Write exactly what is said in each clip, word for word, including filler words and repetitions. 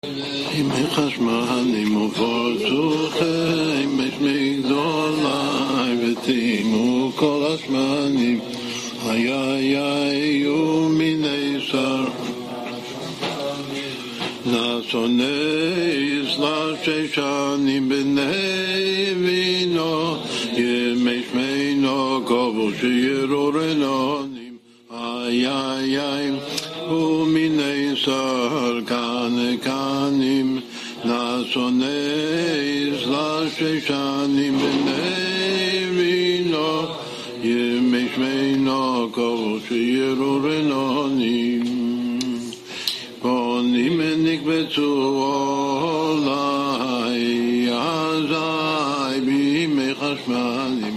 Ime chashmanim ufortuchem es migdolai v'timu kol hashmanim hayayayu minei sar nasonei slashe shanim b'nei vino yemesh meino kovu sheyirorenonim hayayayu uminei sar kane kanim nasonei slashe shanim b'nei vino yemesh meino kovu sheyirorenonim Ponim nikbetzu olai azai b'imei chashmanim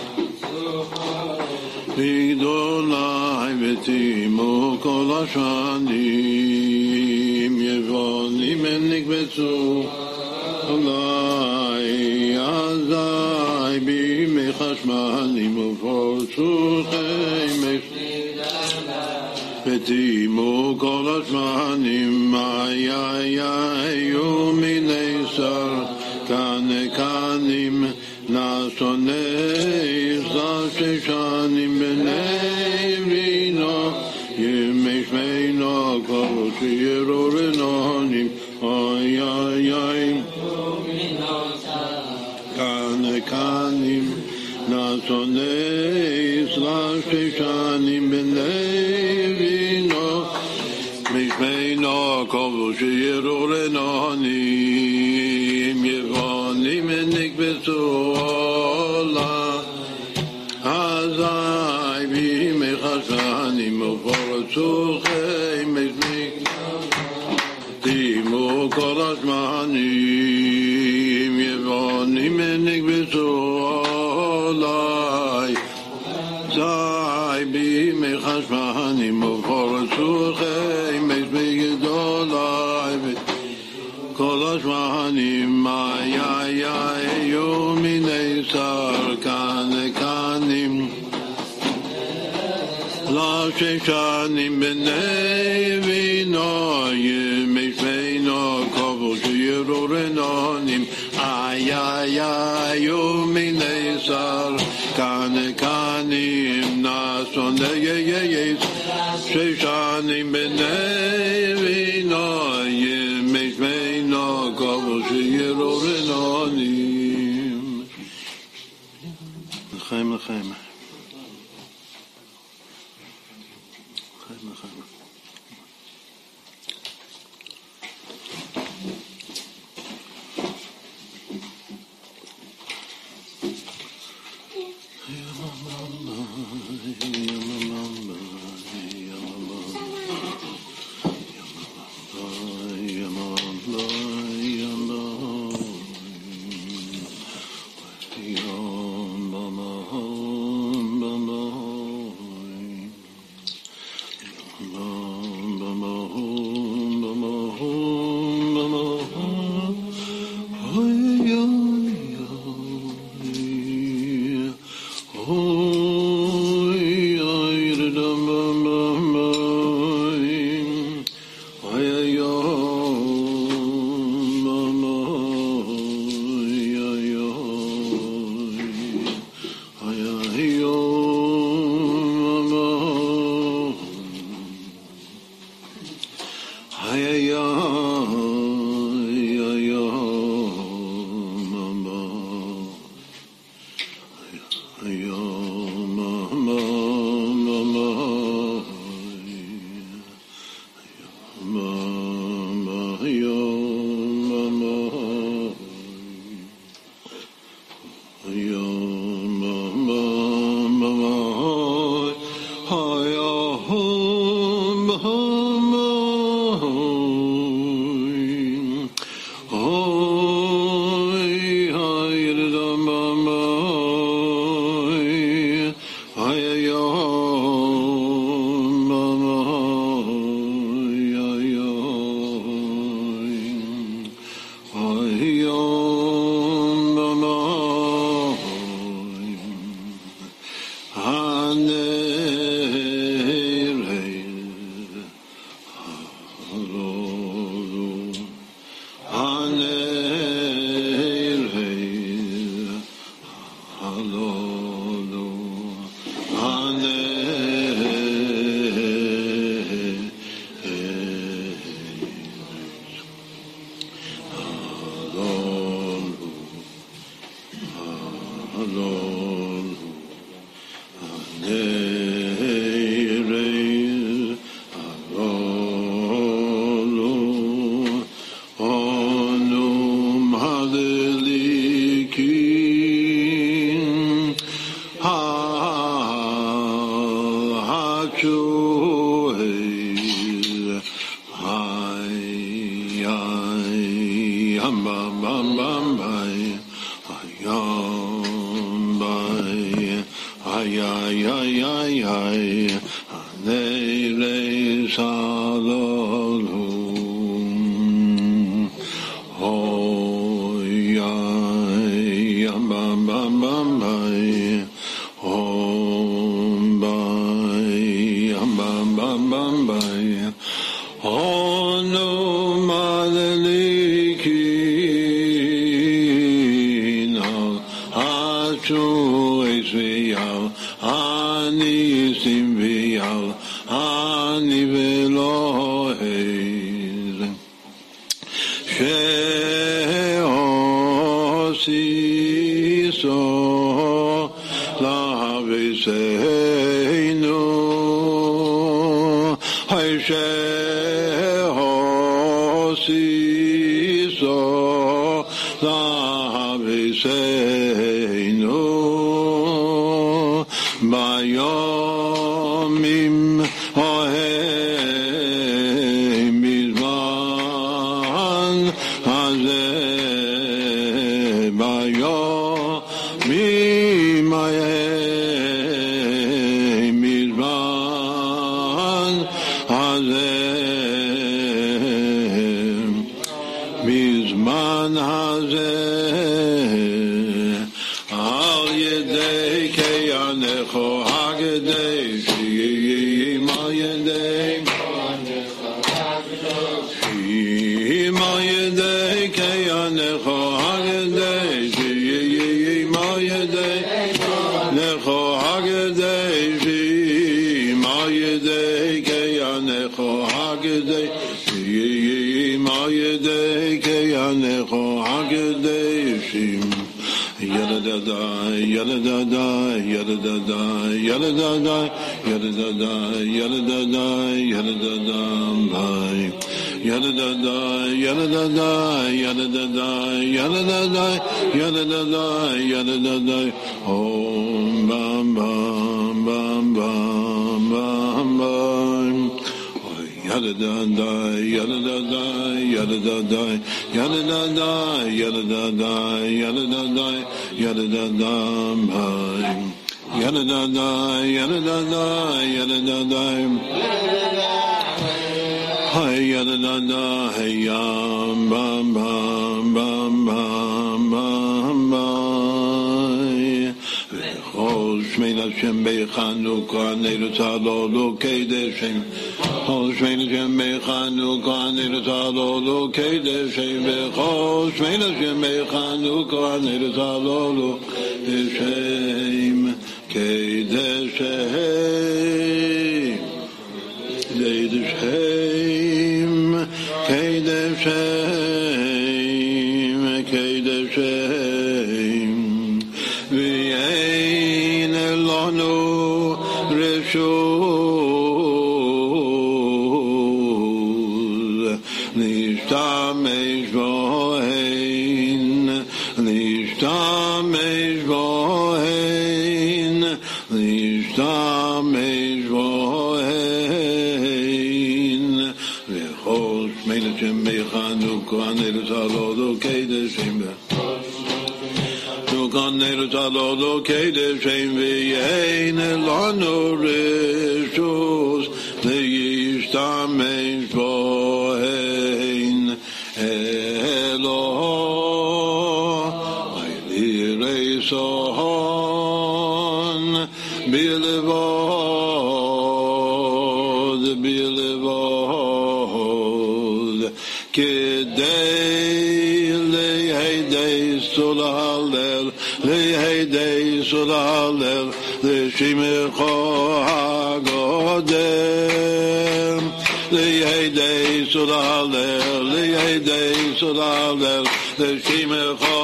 Bigdolai v'timu kol hashanim Yevonim nikbetzu olai azai b'imei chashmanim ufortuchem v'timu kol hashmanim hayayayu minei sar kane kanim nasonei slashe shanim b'nei vino yemesh meino kol sheyirorenonim hayayayu kane kanim nasonei slashe shanim b'nei vino Mishmeino kovu sheyirorenonim Yevonim nikbetzu ola Hazai b'imei chashmanim ufortuchem es migdolai kol hashmanim Yevonim nikbetzu ola Hazai b'imei chashmanim ufortuchem es migdolai kol hashmanim hayayayu minei sar kane kanim slashe shanim b'nei vino yemesh meino kovu sheyirorenonim hayayayu minei sar kane kanim nasonei slashe b'nei vino yemesh meino kovu sheyirorenonim L'chaim l'chaim L'chaim l'chaim yam bam bam bam bay yam bay ay ay ay ay ay nei re salolu ho ay yam bam bam bam bay om bay yam bam bam bam bay oh no madaliki no achu esvial ani simvial ani velohez she osiso la veseinu hay she osiso la veseinu bayomim ohem bizman hazeh bayomim ohem bizman hazeh bizman hazeh al yedei keyanecho hagedei shiyim al yedei shiyim al yedei keyanecho hagedei shiyim al yedei necho hagedei shiyim al yedei keyanecho hagedei shiyim al yedei keyanecho hagedei shiyim yada da da yada da da yada da da yada da da yada da da yada da da yada da da bye yada da da yada da da yada da da yada da da yada da da yada da da om bam bam bam bam bam bam yada da da yada da da yada da da yada da da yada da da yada da da yada da da bye yada da da yada da da yada da da hay yada da da hey yam bam bam bam bam bam bye Shmein Hashem Beichanu Kohaneinu Tzalolu Kedeshem Shmein Hashem Beichanu Kohaneinu Tzalolu Kedeshem Shmein Hashem Beichanu Kohaneinu Tzalolu Kedeshem Kedeshem Kedeshem Kedeshem Kedeshem V'yein elonu reshut nishtamesh bohen nishtamesh bohen nishtamesh bohen v'chol shmein Hashem beichanu kohaneinu tzalolu kedeshem Kohaneinu tzalolu kedeshem v'yein elonu reshut nishtamesh bohen elo v'yirei sohon bilvod bilvod kedei lehedei sulhalel lehedei sulhalel l'shimecho hagodel lehedei sulhalel lehedei sulhalel l'shimecho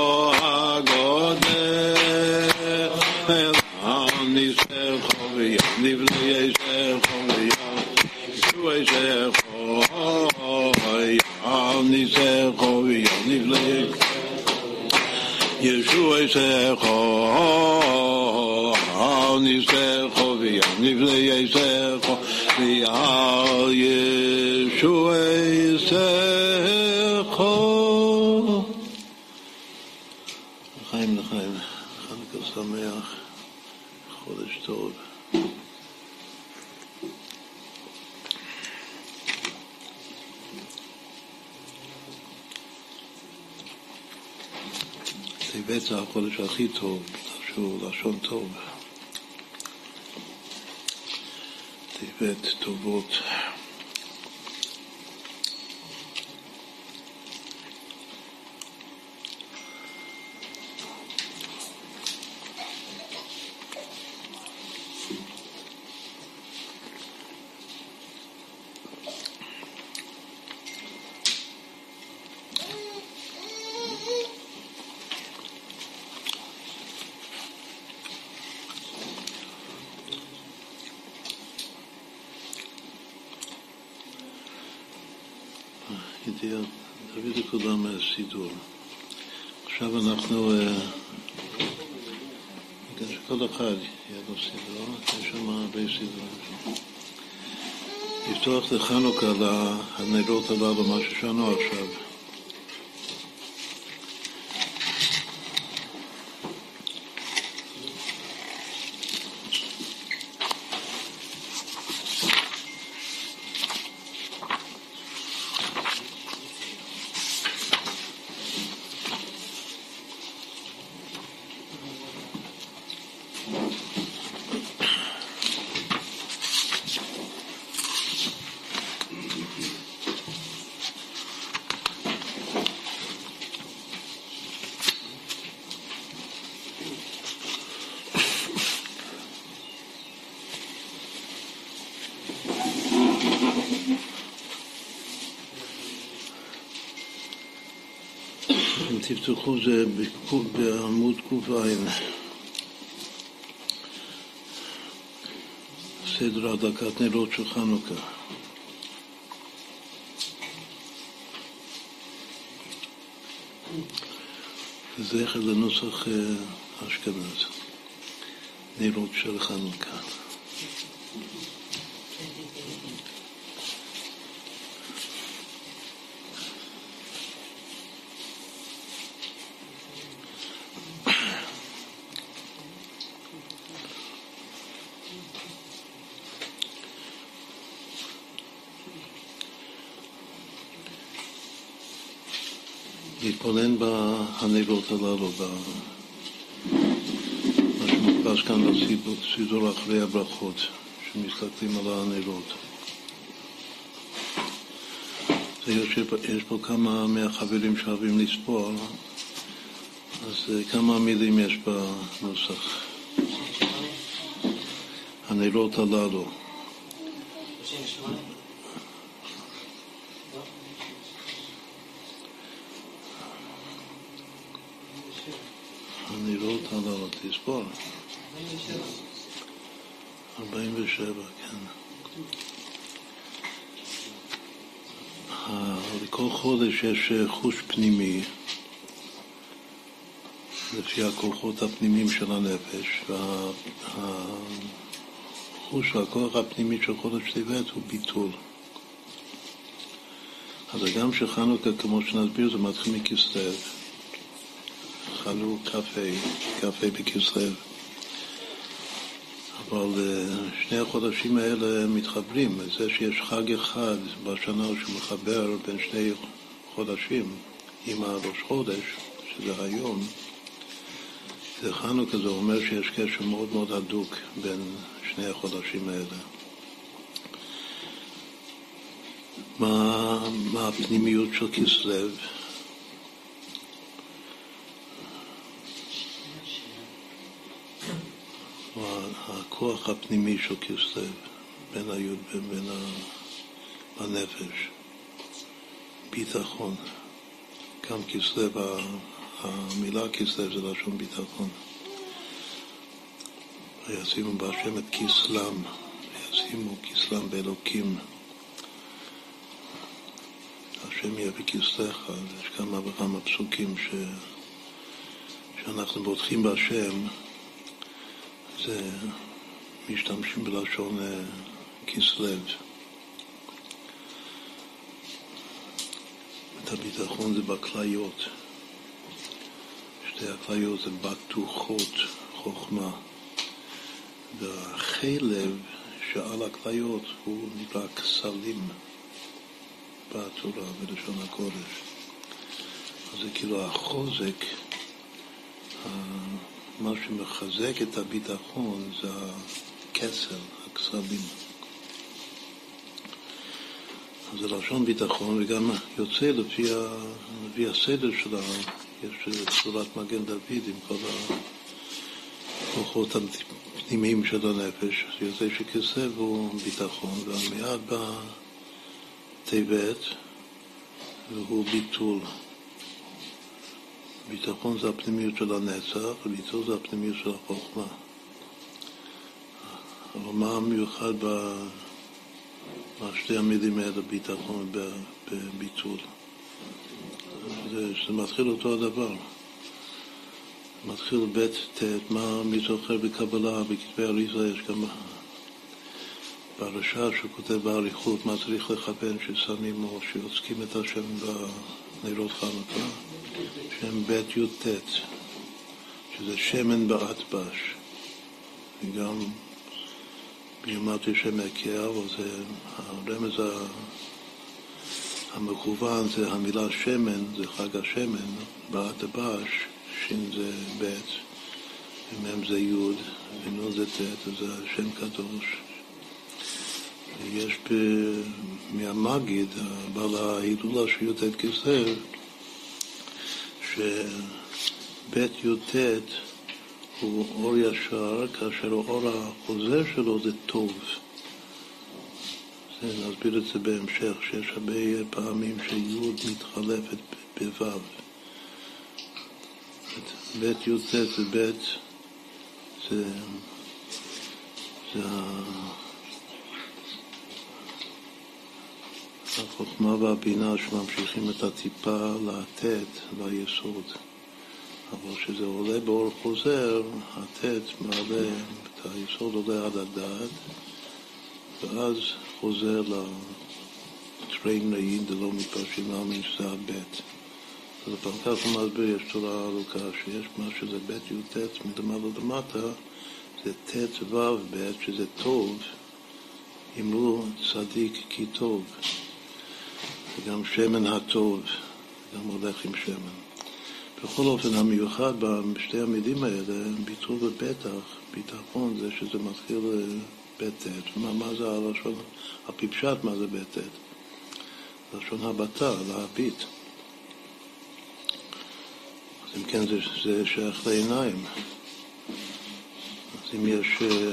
hagodel ani secho v'yaniv le'yesecho v'yaniv le'yesecho ani secho v'yaniv le'yesecho Yeshua secho ani secho v'yaniv le'yesecho v'yal Yeshua secho לחיים לחיים, חנוכה שמח, חודש טוב. טבת זה החודש הכי טוב, שהוא לשון טוב. טבת, טובות. ידיעה, דוד הקודם סידור. עכשיו אנחנו, בגלל שכל אחד יהיה לו סידור, יש שם הרבה סידורים. לפתוח לחנוכה לנרות הללו, מה ששנו עכשיו. תפתחו זה בעמוד ק"ע. סדר הדלקת נרות של חנוכה. זכר לנוסח אשכנז. נרות של חנוכה. להתבונן בהנרות הללו, מה שמודפס כאן בסידור אחרי הברכות, שמסתכלים על הנרות. יש פה כמה מהחברים שאוהבים לספור, אז כמה מילים יש בנוסח. הנרות הללו. הנרות הללו, תספור. ארבעים ושבע, כן. לכל חודש יש חוש פנימי, לפי הכוחות הפנימיים של הנפש, והחוש והכוח הפנימי של חודש טבת הוא ביטול. אז גם שחנוכה, כמו שנסביר, זה מתחיל מכסלו. חלוק קפה, קפה בכסלו. אבל שני החודשים האלה מתחברים. זה שיש חג אחד בשנה שמחבר בין שני חודשים עם הראש חודש, שזה היום, זה חנוכה, זה אומר שיש קשר מאוד מאוד הדוק בין שני החודשים האלה. מה, מה הפנימיות של כסלו? הכוח הפנימי של כסלו, בין היוד ובין הנפש, ביטחון. גם כסלו, המילה כסלו זה לשון ביטחון. וישימו בהשם את כסלם, וישימו כסלם באלוקים. השם יהיה בכסלך. יש כמה וכמה פסוקים ש... שאנחנו בוטחים בהשם, זה משתמשים בלשון כסלו. הביטחון זה בכליות. שתי הכליות זה בטוחות, חוכמה. והחלב שעל הכליות הוא נקרא כסלים בתורה בלשון הקודש. אז זה כאילו החוזק, מה שמחזק את הביטחון זה הכסל, הכסלים. אז זה לשון ביטחון, וגם יוצא לפי, ה, לפי הסדר שלה, יש צורת מגן דוד עם כל הכוחות הפנימיים של הנפש, יוצא שכסל הוא ביטחון, והמיד בטבת והוא ביטול. ביטחון זה הפנימיות של הנצח, וביטול זה הפנימיות של החוכמה. אבל מה המיוחד בשתי המילים האלה, ביטחון בביטול? זה, זה מתחיל אותו הדבר. מתחיל בית תת, מה מי זוכר בקבלה, בכתבי אריזה, יש גם ברש"ר שהוא כותב באריכות, מה צריך לכוון ששמים או שיוצקים את השם בנרות חנוכה, שם בית י"ט, שזה שמן באטבש, וגם ביומטרי שם הקר, אבל זה הרמז המכוון, זה המילה שמן, זה חג השמן, באטבש, שין זה בית, ומם זה יוד, ונון זה תת, זה שם קדוש. יש מהמגיד, בעל ההילולה של י"ט כסלו, שבית י"ט הוא אור ישר, כאשר האור החוזר שלו זה טוב. נסביר את זה בהמשך, שיש הרבה פעמים שיוד מתחלפת בוו. בית י"ט זה בית, זה, זה החוכמה והבינה שממשיכים את הטיפה לתת ליסוד. אבל כשזה עולה באור חוזר, התת מעלה, את היסוד עולה עד הדעת, ואז חוזר לטריים נעים, דלא מתפרשים להאמין שזה הבית. אז הפעם כך הוא מסביר, יש תורה ארוכה, שיש מה שזה בית י"ט מלמעלה למטה, זה תת וו בית, שזה טוב, אמרו צדיק כי טוב. וגם שמן הטוב, גם הולך עם שמן. בכל אופן, המיוחד בשתי המילים האלה, ביטול ובטח, ביטחון, זה שזה מתחיל בטט. מה, מה זה הלשון, הפיפשט, מה זה בטט? לשון הבטה, להביט. אז אם כן, זה, זה שייך לעיניים. אז אם יש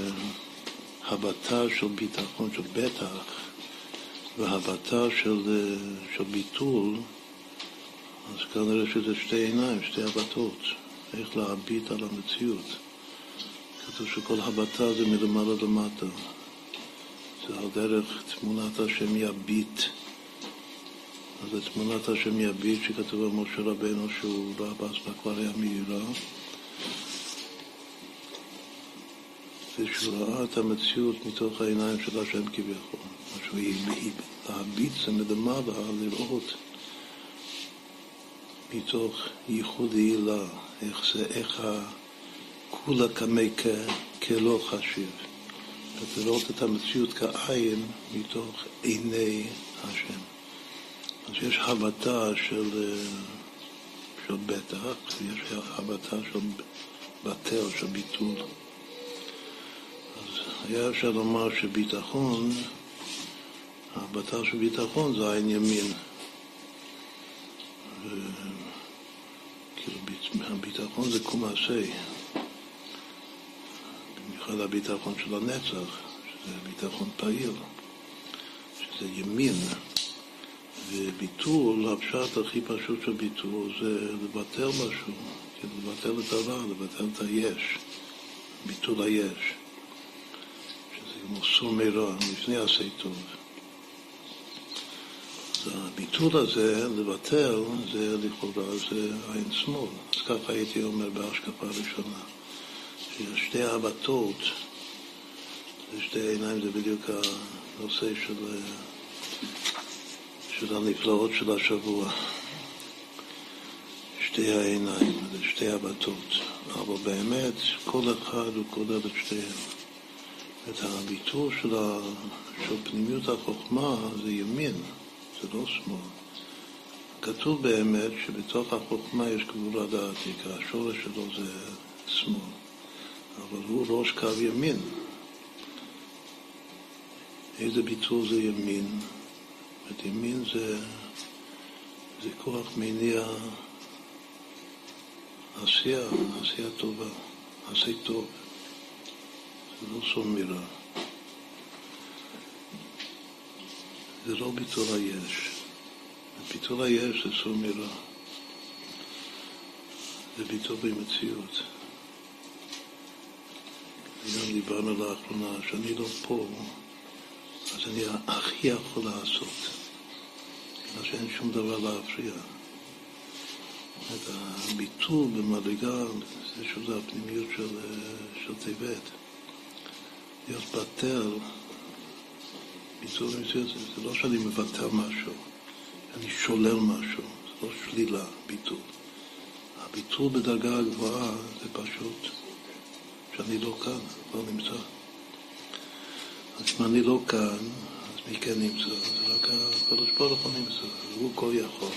הבטה של ביטחון, של בטח, והבטה של, של ביטול, אז כנראה שזה שתי עיניים, שתי הבטות, איך להביט על המציאות. כתוב שכל הבטה זה מלמעלה למטה. זה על דרך תמונת השם יביט. אז זה תמונת השם יביט שכתוב על משה רבנו שהוא ראה באספקלריה מהירה. ושהוא ראה את המציאות מתוך העיניים של השם כביכול. משהו להביט זה מלמעלה, לראות מתוך ייחוד העילה, איך זה, איך כולה כמי כלא חשיב. לראות את המציאות כעין מתוך עיני השם. אז יש הבטה של, של בטח, יש הבטה של בטל, של ביטול. אז היה אפשר לומר שביטחון, הבטה של ביטחון זה עין ימין. כאילו הביטחון זה קומאסי, במיוחד הביטחון של הנצח, שזה ביטחון פעיל, שזה ימין. וביטול, הפשט הכי פשוט של ביטול זה לבטל משהו, כאילו לבטל את הרע, לבטל את היש, ביטול היש, שזה כמו סומי רע, לפני עשה טוב. הביטול הזה, לבטל, זה לכאורה, זה עין שמאל. אז ככה הייתי אומר בהשקפה הראשונה. שיש שתי הבטות, שתי עיניים, זה בדיוק הנושא של, של הנפלאות של השבוע. שתי העיניים, שתי הבתות, אבל באמת כל אחד הוא כולל את שתיהם. את הביטול של, ה... של פנימיות החוכמה זה ימין, זה לא שמאל. כתוב באמת שבתוך החוכמה יש גבול הדעת, כי השורש שלו זה שמאל, אבל הוא ראש קו ימין. איזה ביטול זה ימין? את ימין זה, זה כוח מניע עשייה, עשייה טובה, עשי טוב. זה לא סון מירה. זה לא ביטול היש. ביטול היש זה סון מירה. זה ביטול במציאות. גם דיברנו לאחרונה, שאני לא פה, אז אני הכי יכול לעשות. אז שאין שום דבר להפריע. את הביטול במדרגה, זה שזה הפנימיות של, של טבעת. להיות בטל, ביטול במציאות, זה לא שאני מבטל משהו, אני שולל משהו, זה לא שלילה, ביטול. הביטול בדרגה הגבוהה זה פשוט שאני לא כאן, לא נמצא. אז אם אני לא כאן, אז מי כן נמצא? זה רק הקדוש ברוך הוא נמצא, הוא כל יכול.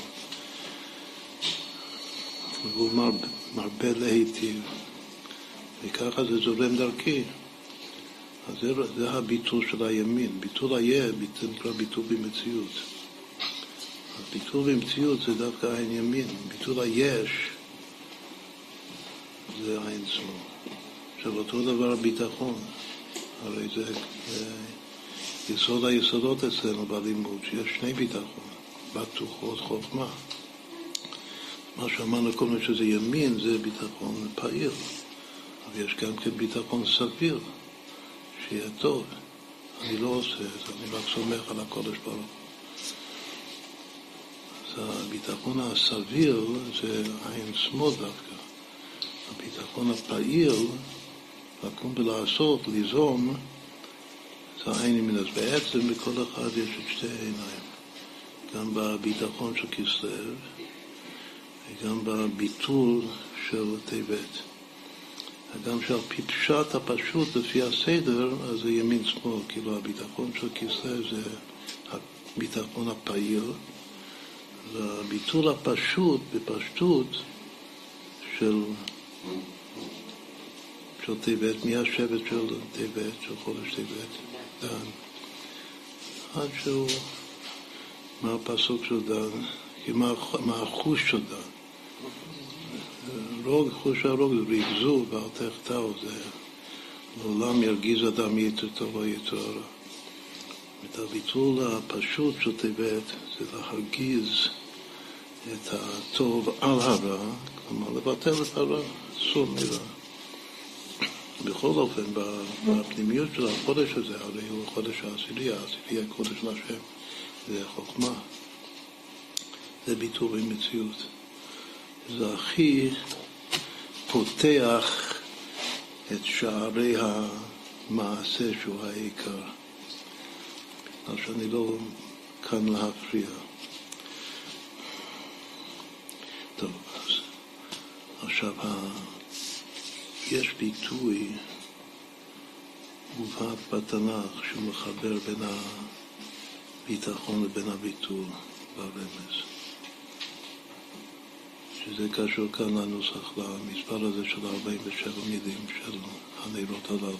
והוא מרבה, מרבה להיטיב, וככה זה זורם דרכי. אז זה, זה הביטול של הימין. ביטול היה, זה נקרא ביטול במציאות. אז ביטול במציאות זה דווקא עין ימין. ביטול היש זה עין שמאל. עכשיו אותו דבר הביטחון. הרי זה, זה יסוד היסודות אצלנו בלימוד, שיש שני ביטחון, בטוחות חוכמה. מה שאמרנו כל מה שזה ימין זה ביטחון פעיל, אבל יש גם כן ביטחון סביר, שיהיה טוב. אני לא עושה את זה, אני רק סומך על הקודש ברוך הוא. אז הביטחון הסביר זה עין שמאל דווקא. הביטחון הפעיל, לקום ולעשות, ליזום, זה עין ימין. אז בעצם בכל אחד יש את שתי העיניים. גם בביטחון של כסלו, וגם בביטול של טבת. גם שעל פי פשט הפשוט לפי הסדר, אז זה ימין שמאל, כאילו הביטחון של כסלו זה הביטחון הפעיל, והביטול הפשוט בפשטות של של טבת, מהשבט של טבת, של חודש טבת, דן. עד שהוא, מה הפסוק של דן? כי מה, מה החוש של דן? רוג, חוש הרוג, זה ריגזו, ואל תחתהו, זה לעולם ירגיז אדם יתרתו לא יתרא. את הביטול הפשוט של טבת זה להרגיז את הטוב על הרע, כלומר לבטל את הרע, סור מרע. בכל אופן, בפנימיות של החודש הזה, הרי הוא חודש העשירי, העשירי הקודש לשם, זה חוכמה, זה ביטול במציאות. זה הכי פותח את שערי המעשה שהוא העיקר. אז שאני לא כאן להפריע. טוב, אז עכשיו יש ביטוי מובהק בתנ"ך שהוא מחבר בין הביטחון לבין הביטול ברמז. שזה קשור כאן לנוסח, למספר הזה של ארבעים ושבע מילים של הנרות הללו.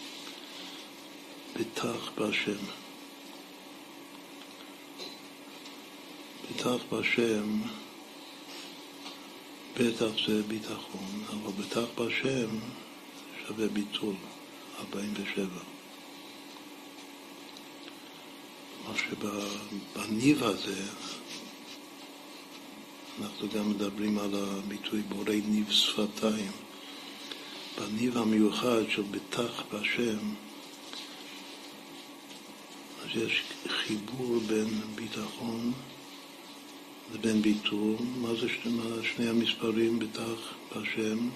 בטח בהשם. בטח בהשם, בטח זה ביטחון, אבל בטח בהשם שווה ביטול, ארבעים ושבע. מה שבניב הזה, אנחנו גם מדברים על הביטוי בורא ניב שפתיים. בניב המיוחד של בטח בהשם, אז יש חיבור בין ביטחון לבין ביטול. מה זה שני, שני המספרים בטח בהשם?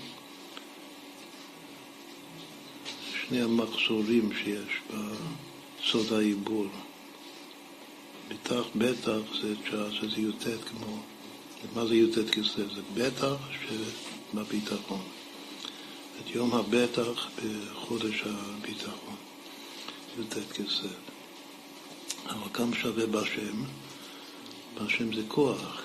שני המחזורים שיש בסוד העיבור. בטח, בטח זה תשע, זה יוטט כמו מה זה י"ט כסלו? זה בטח שבביטחון. את יום הבטח בחודש הביטחון. י"ט כסלו. אבל כמה שווה בשם? בשם זה כוח.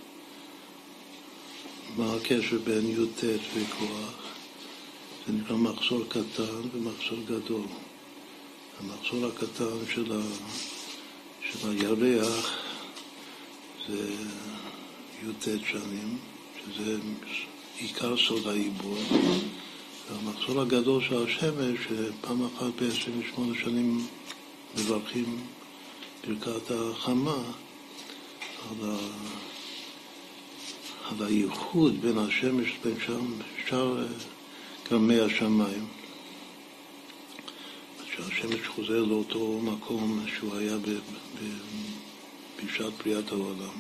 מה הקשר בין י"ט וכוח? זה נקרא מחסור קטן ומחסור גדול. המחסור הקטן של, ה... של הירח זה י"ט שנים, שזה עיקר סוד העיבור. והמחסור הגדול של השמש, שפעם אחת ב-עשרים ושמונה שנים מברכים ברכת החמה, על, ה... על הייחוד בין השמש בין שם, שאר גרמי השמיים. שהשמש חוזר לאותו מקום שהוא היה ב... ב... בשעת בריאת העולם.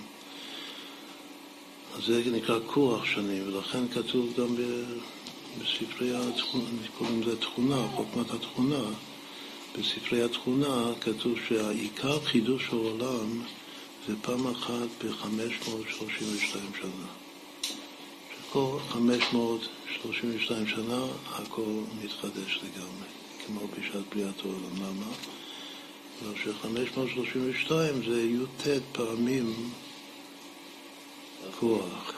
אז זה נקרא כוח שנים, ולכן כתוב גם בספרי התכונה, קוראים לזה תכונה, חוכמת התכונה. בספרי התכונה כתוב שהעיקר חידוש העולם זה פעם אחת ב-חמש מאות שלושים ושתיים שנה. שכל חמש מאות שלושים ושתיים שנה הכל מתחדש לגמרי, כמו בשעת בריאת העולם. למה? ש-חמש מאות שלושים ושתיים זה י"ט פעמים כוח.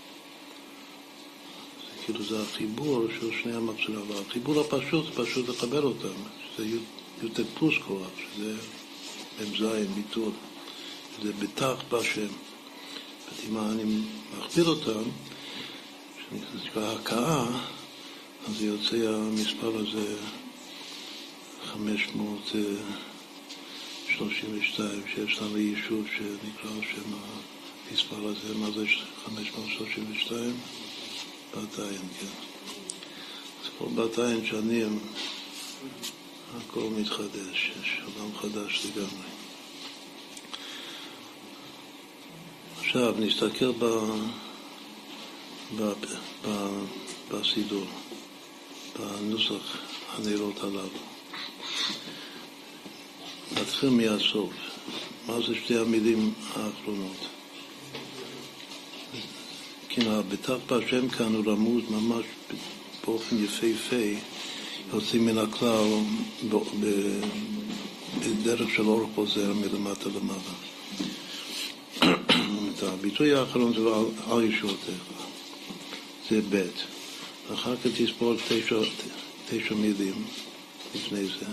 זה כאילו זה החיבור של שני המחסורים. אבל החיבור הפשוט זה פשוט לקבל אותם. זה י"ט פלוס כוח, שזה מבזיים, ביטול. זה בטח בשם. ואם אני מכפיל אותם, שזה נקרא הקאה, אז זה יוצא המספר הזה חמש מאות שלושים ושתיים, שיש לנו יישוב שנקרא שם המספר הזה. מה זה חמש מאות שלושים ושתיים? בת עין, כן. אז כל בת עין שנים הכל מתחדש, יש עולם חדש לגמרי. עכשיו נסתכל ב, ב, ב, בסידור, בנוסח הנרות הללו. נתחיל מהסוף. מה זה שתי המילים האחרונות? כן, הבטח בהשם כאן הוא רמוז ממש באופן יפהפה, יוצאים מן הכלל בדרך של אור חוזר מלמטה למעלה. הביטוי האחרון זה על ישועתך, זה ב'. אחר כך תספור תשע, תשע מילים לפני זה.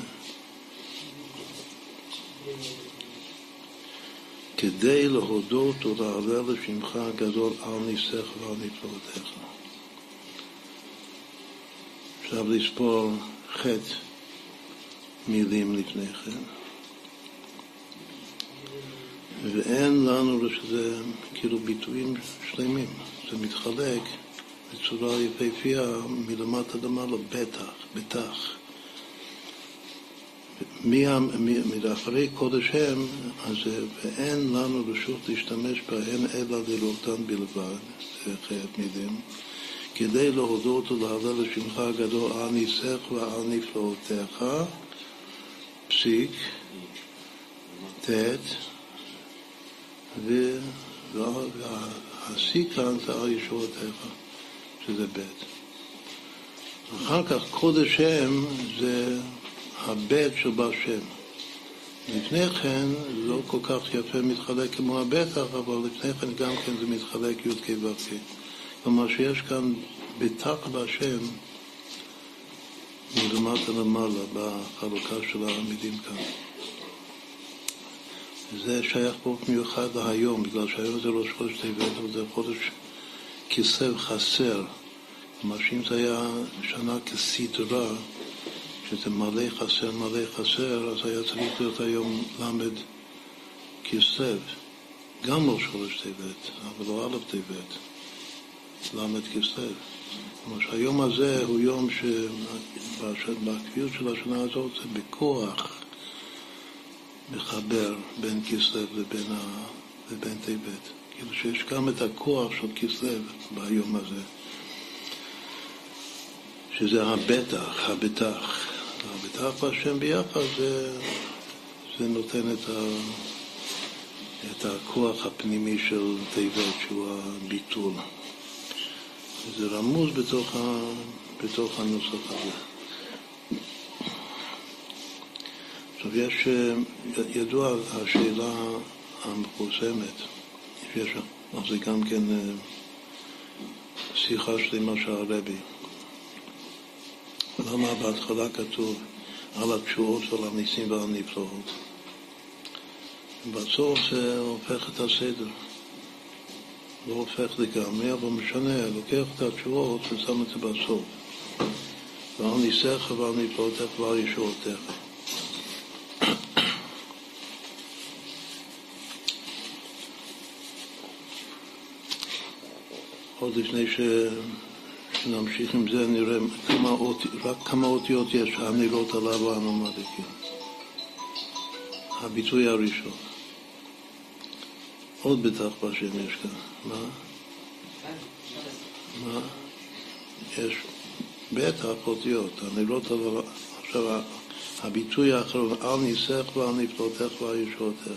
כדי להודות ולהלל לשמך הגדול על ניסך ועל נפלאותיך. עכשיו לספור חטא מילים לפני כן. ואין לנו שזה כאילו ביטויים שלמים. זה מתחלק בצורה יפהפייה מלמטה למעלה, בטח, בטח. מאחרי קודש הם, אז ואין לנו רשות להשתמש בהן אלא לראותן בלבד, זה חטא מילים, כדי להודות ולהלל לשמך הגדול על ניסך ועל נפלאותיך, פסיק, תת, והשיא כאן זה על ישועתך, שזה בית. אחר כך קודש הם זה הבית של בשם. לפני כן לא כל כך יפה מתחלק כמו הבטח, אבל לפני כן גם כן זה מתחלק י' כ' ו' כ'. כלומר שיש כאן בטח בשם מלמטה למעלה בחלוקה של העמידים כאן. זה שייך באופן מיוחד להיום, בגלל שהיום זה ראש חודש טבת, אבל זה חודש כסלו חסר. כלומר שאם זה היה שנה כסדרה, שזה מלא חסר, מלא חסר, אז היה צריך להיות היום למד כסלו. גם ראש חודש טבת, אבל לא א' טבת. למד כסלו. כלומר שהיום הזה הוא יום שבקביעות של השנה הזאת זה בכוח מחבר בין כסלו לבין, ה... לבין טבת. כאילו שיש גם את הכוח של כסלו ביום הזה. שזה הבטח, הבטח. הבטח בהשם ביחד זה, זה נותן את, ה... את הכוח הפנימי של תיבות שהוא הביטול. זה רמוז בתוך, ה, בתוך הנוסח הזה. עכשיו יש, ידוע השאלה המפורסמת, שיש על זה גם כן שיחה שלמה של הרבי. למה בהתחלה כתוב על התשועות ועל הניסים ועל הנפלאות? בסוף זה הופך את הסדר. לא הופך לגמרי, אבל משנה, לוקח את התשועות ושם את זה בסוף. ועל ניסיך ועל נפלאותיך ועל ישועותיך. עוד לפני ש... שנמשיך עם זה, נראה כמה אות... רק כמה אותיות יש, הנעילות עליו והנומדיקים. הביטוי הראשון. עוד בטח בשם יש כאן. מה? מה? יש בטח אותיות, הנעילות עליו. עכשיו, הביטוי האחרון, על ניסך ועל נפלאותיך ועל ישועותיך.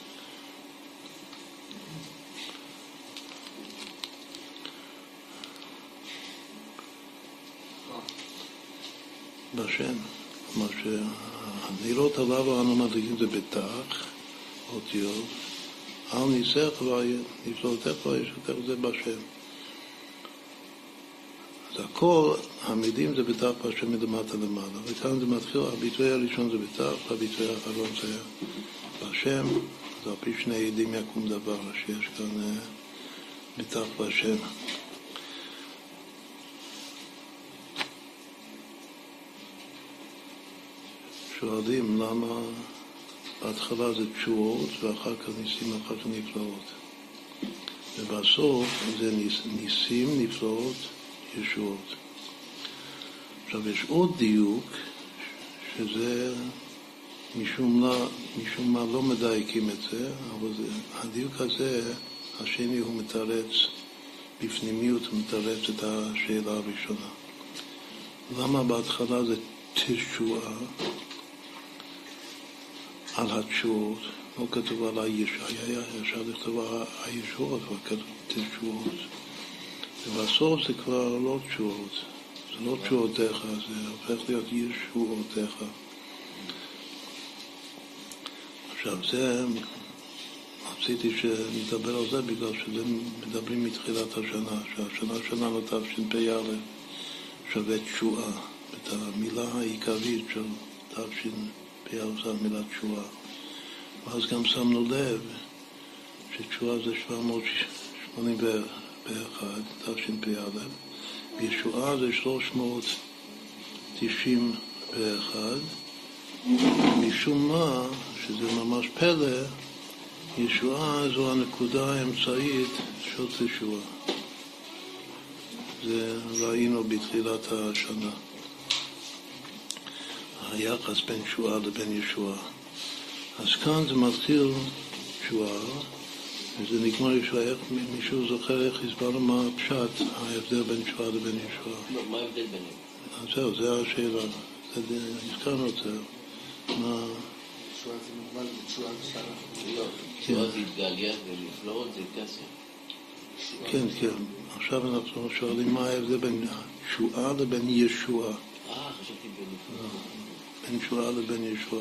בשם, כלומר שהנעילות עליו אנו מדליקים זה בתח, אותיות, על ניסך ונפלאותיך וישועותיך זה בשם. אז הכל, המילים זה בתח בשם מלמטה למעלה, וכאן זה מתחיל, הביטוי הראשון זה בתח, והביטוי האחרון זה בשם, אז על פי שני עדים יקום דבר, שיש כאן בתח בשם. שואלים למה בהתחלה זה תשועות ואחר כך ניסים, אחר כך נפלאות. ובסוף זה ניס, ניסים, נפלאות, ישועות. עכשיו יש עוד דיוק שזה משום, לה, משום מה לא מדייקים את זה, אבל זה, הדיוק הזה, השני הוא מתרץ, בפנימיות הוא מתרץ את השאלה הראשונה. למה בהתחלה זה תשועה? על התשועות, לא כתוב על הישועות, אפשר לכתוב על הישועות, אבל כתוב תשועות. ובסוף זה כבר לא תשועות, זה לא תשועותיך, זה הופך להיות ישועותיך. עכשיו זה, רציתי שנדבר על זה בגלל שזה מדברים מתחילת השנה, שהשנה שנה לא תשפ"א שווה תשועה, את המילה העיקרית של תשפ"א זה המילה תשועה. ואז גם שמנו לב שתשועה זה שבע מאות שמונים ואחת, תשפ"א, וישועה זה שלוש מאות תשעים ואחת, משום מה, שזה ממש פלא, ישועה זו הנקודה האמצעית של תשועה. זה ראינו בתחילת השנה. היחס בין תשועה לבין ישועה. אז כאן זה מתחיל תשועה, וזה נגמר ישועה. איך מישהו זוכר איך הסברנו מה הפשט, ההבדל בין תשועה לבין ישועה? לא, מה ההבדל ביניהם? אז זהו, זה השאלה. הזכרנו את זה. מה... תשועה זה מובן, תשועה זה שרה. לא, תשועה זה התגליה ולפלאות זה כסף. כן, כן. עכשיו אנחנו שואלים מה ההבדל בין תשועה לבין ישועה. אה, חשבתי בנפלאות. בין תשועה לבין ישועה.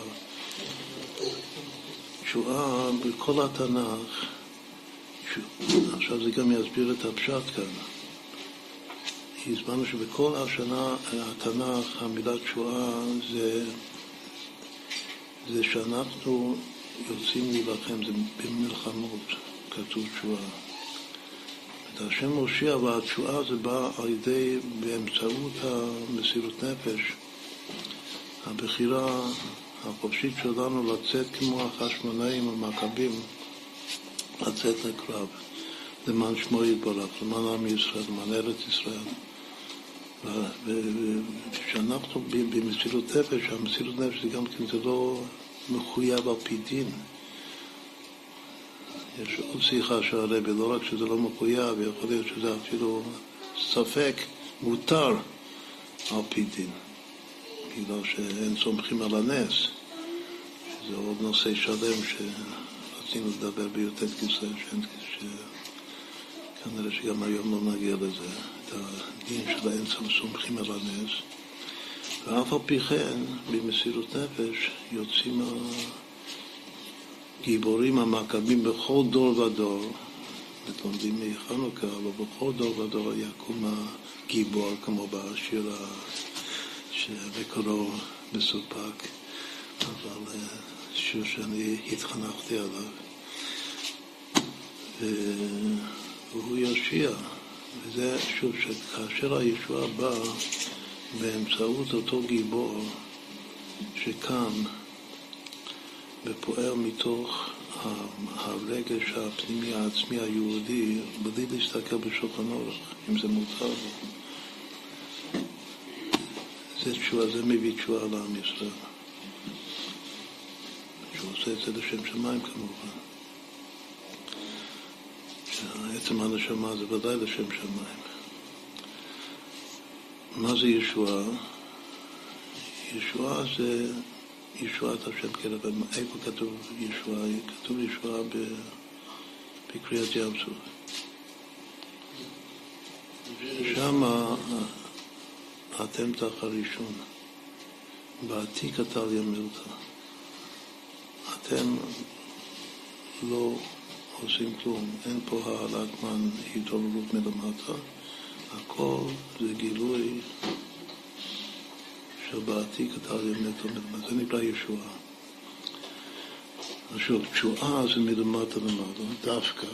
תשועה בכל התנ"ך, עכשיו זה גם יסביר את הפשט כאן. הסברנו שבכל השנה, התנ"ך, המילה תשועה זה, זה שאנחנו יוצאים להילחם, זה במלחמות, כתוב תשועה. את השם מושיע והתשועה זה בא על ידי, באמצעות המסירות נפש, הבחירה החופשית שלנו לצאת כמו החשמונאים המכבים, לצאת לקרב, למען שמו יתברך, למען עם ישראל, למען ארץ ישראל. וכשאנחנו במסירות נפש, המסירות נפש זה גם כן זה לא מחויב על פי דין. יש עוד שיחה של הרבי, לא רק שזה לא מחויב, יכול להיות שזה אפילו ספק מותר על פי דין. בגלל שאין סומכים על הנס, שזה עוד נושא שלם רצינו לדבר בי"ט כיסא, שכנראה שגם היום לא נגיע לזה, את הדין של האין סומכים על הנס. ואף על פי כן, במסירות נפש, יוצאים הגיבורים המכבים בכל דור ודור, לומדים מחנוכה, אבל בכל דור ודור יקום הגיבור, כמו בשיר שבקורו מסופק, אבל שיר שאני התחנכתי עליו. והוא יושיע, וזה שוב שכאשר הישוע בא באמצעות אותו גיבור שקם ופועל מתוך הרגש הפנימי העצמי היהודי, בלי להסתכל בשולחן אורך, אם זה מותר. זה תשועה, זה מביא תשועה לעם ישראל. שהוא עושה את זה לשם שמיים כמובן. שעצם הנשמה זה ודאי לשם שמיים. מה זה ישועה? ישועה זה ישועת השם כלב. איפה כתוב ישועה? כתוב ישועה בקריאת ים סוף. שם אתם תח הראשון. בעתיק הטליה מילתא. אתם לא עושים כלום. אין פה העלאת מן התעוררות מלמטה. הכל זה גילוי שבעתיק הטליה מילתא. זה נקרא ישועה. עכשיו, תשועה זה מלמטה למטה, דווקא.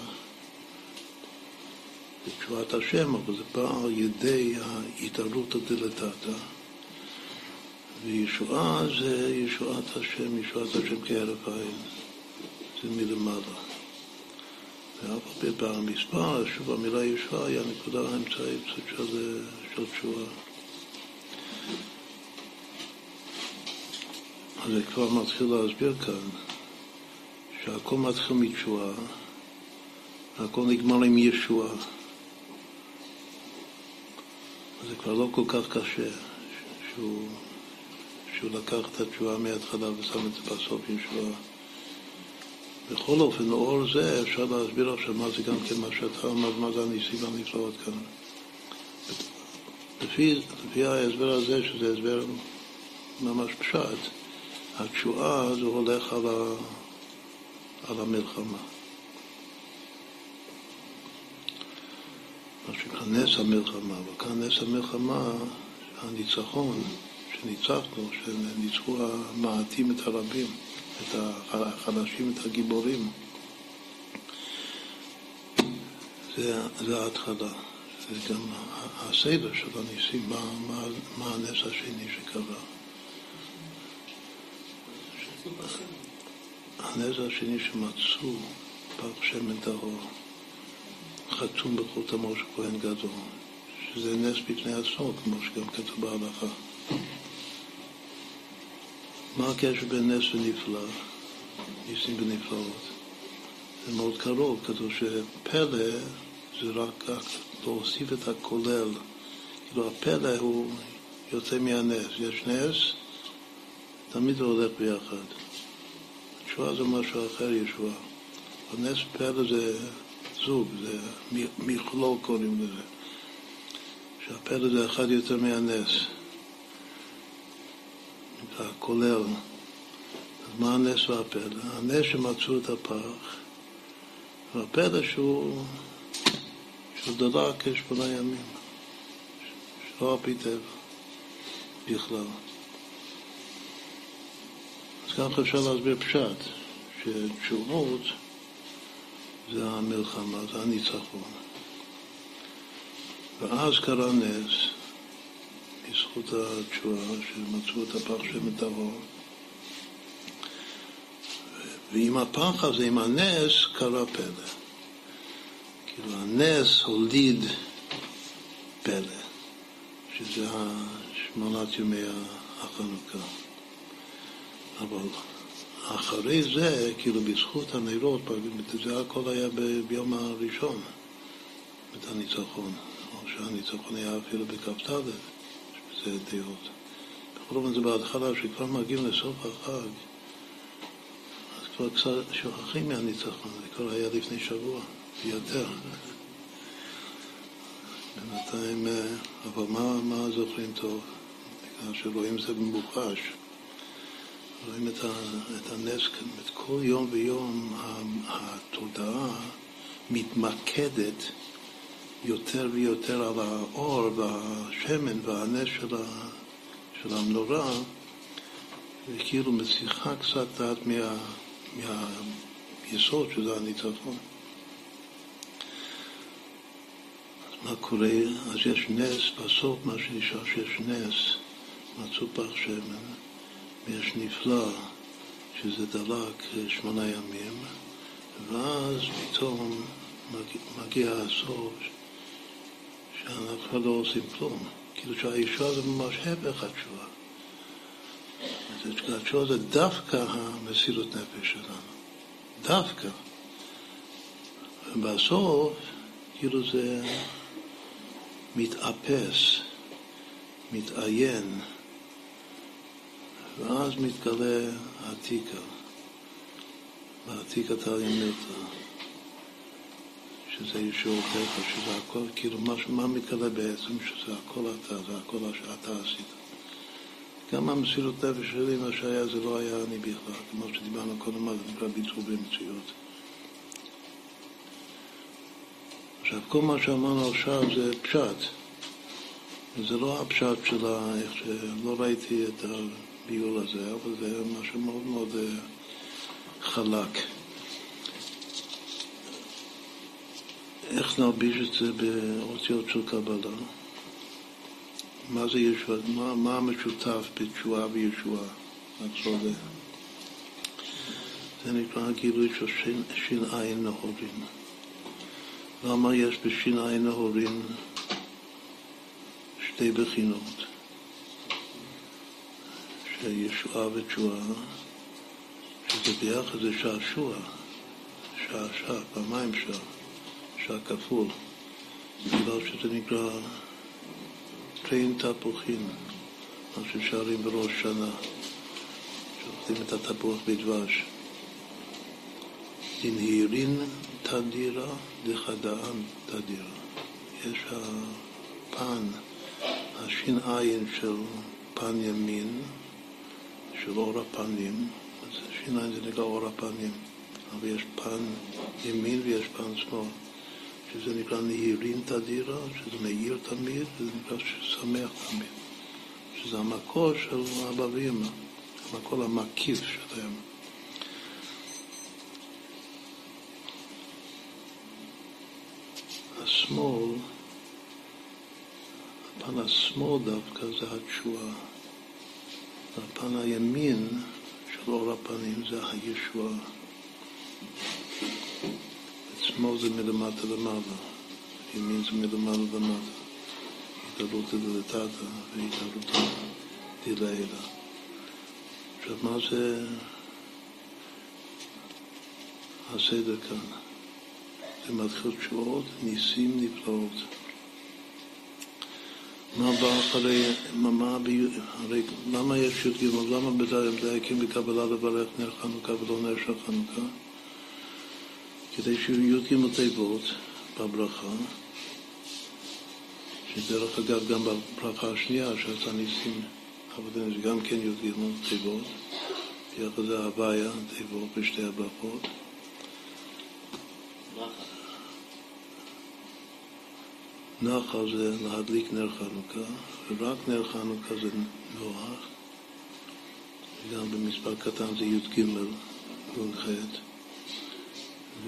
זה תשועת השם, אבל זה בא על ידי ההתערותא דלתתא. וישועה זה ישועת השם, ישועת השם כהרף עין. זה מלמעלה. ואף במספר, שוב, המילה ישועה היא הנקודה האמצעית של, של תשועה. אז זה כבר מתחיל להסביר כאן, שהכל מתחיל מתשועה, הכל נגמר עם ישועה. אז זה כבר לא כל כך קשה, שהוא, שהוא לקח את התשועה מההתחלה ושם את זה בסוף ישועה. בכל אופן, לאור זה אפשר להסביר עכשיו מה זה גם כן מה שאתה אומר, מה זה הניסים והנפלאות כאן. לפי, לפי ההסבר הזה, שזה הסבר ממש פשט, התשועה זה הולך על, ה, על המלחמה. מה שכאן נס המלחמה, וכאן נס המלחמה, הניצחון שניצחנו, שניצחו המעטים את הרבים, את החלשים, את הגיבורים. זה, זה ההתחלה. זה גם הסדר של הניסים, מה, מה, מה הנס השני שקרה. הנס השני שמצאו פח שמן טהור, חתום בחותמו של כהן גדול, שזה נס בפני עצמו, כמו שגם כתוב בהלכה. מה הקשר בין נס ונפלא, ניסים ונפלאות? זה מאוד קרוב, כתוב שפלא זה רק להוסיף את הכולל. כאילו הפלא הוא יוצא מהנס. יש נס, תמיד הוא הולך ביחד. תשועה זה משהו אחר, ישועה. הנס פלא זה זוג, זה מכלול קוראים לזה. שהפלא זה אחד יותר מהנס. הכולל. אז מה הנס והפלא? הנס שמצאו את הפח, והפלא שהוא, שהוא דלק כשמונה ימים, שלא על פי טבע, בכלל. אז כך אפשר להסביר פשט, שתשועות זה המלחמה, זה הניצחון. ואז קרה נס, בזכות התשועה שמצאו את הפח שמן טהור. ועם הפח הזה, עם הנס, קרה פלא. כאילו הנס הוליד פלא, שזה שמונת ימי החנוכה. אבל אחרי זה, כאילו בזכות הנרות, זה הכל היה ביום הראשון, את הניצחון, או שהניצחון היה אפילו בכ"ד. זה דעות. בכל אופן זה בהתחלה שכבר מגיעים לסוף החג, אז כבר קצת שוכחים מהניצחון, זה כבר היה לפני שבוע, יותר. בינתיים, אבל מה, מה זוכרים טוב? בגלל שרואים זה במוחש. רואים את, ה, את הנס, את כל יום ויום התודעה מתמקדת יותר ויותר על האור והשמן והנס של, ה, של המנורה, וכאילו מסיחה קצת דעת מה, מהיסוד שזה הניצחון. אז מה קורה? אז יש נס, בסוף מה שנשאר שיש נס, מצאו פח שמן, ויש נפלא שזה דלק שמונה ימים, ואז פתאום מגיע, מגיע הסוף שאנחנו לא עושים כלום. כאילו שהאישה זה ממש הפך התשובה. התשובה זה דווקא המסירות נפש שלנו. דווקא. ובסוף, כאילו זה מתאפס, מתעיין, ואז מתגלה העתיקה, והעתיקה תלימתה, שזה ישועותיך, שזה הכל, כאילו מה, מה מתגלה בעצם, שזה הכל אתה, זה הכל שאתה עשית. גם המסירות נפש שלי, מה שהיה, זה לא היה אני בכלל, כמו שדיברנו קודם, זה נקרא ביטול במציאות. עכשיו, כל מה שאמרנו עכשיו זה פשט, וזה לא הפשט שלה, איך שלא ראיתי את הביול הזה, אבל זה משהו מאוד מאוד חלק. איך נרביש את זה באותיות של קבלה? מה זה ישועה? מה, מה המשותף בתשועה וישועה? הצודק. זה נקרא גילוי של שין, שין עין נהורין. למה יש בשין עין נהורין שתי בחינות? שישועה ותשועה, שזה ביחד זה שעשוע, שעשע, פעמיים שע, שע כפול. בגלל שזה נקרא טרין תפוחין, מה ששארים בראש שנה, שאוכלים את התפוח בדבש. דנהירין תדירה, דחדאן תדירה. יש הפן, השין עין של פן ימין, של אור הפנים, אז שין עין זה נקרא אור הפנים, אבל יש פן ימין ויש פן שמאל. שזה נקרא נהירין תדירה, שזה מאיר תמיד, וזה נקרא שמח תמיד. שזה המקור של אבא ואמא, המקור המקיף שלהם. השמאל, הפן השמאל דווקא זה התשועה. הפן הימין של אור הפנים זה הישועה. שמאל זה מלמטה למעלה, ימין זה מלמעלה למטה, התעלות דלתתא והתעלות דלעילא. עכשיו, מה זה הסדר כאן? זה מתחיל תשועות, ניסים נפלאות. מה בא אחרי, מה, הרי, למה יש י' ג', למה בדייקים בקבלה לברך נר חנוכה ולא נר של חנוכה? כדי שיהיו י' ג' תיבות בברכה, שדרך אגב גם בברכה השנייה שעשה ניסים, אבל זה גם כן י' ג' תיבות, יחד זה הוויה תיבות בשתי הברכות. נחה זה להדליק נר חנוכה, ורק נר חנוכה זה נוח, וגם במספר קטן זה י' ג' נ"ח. ו...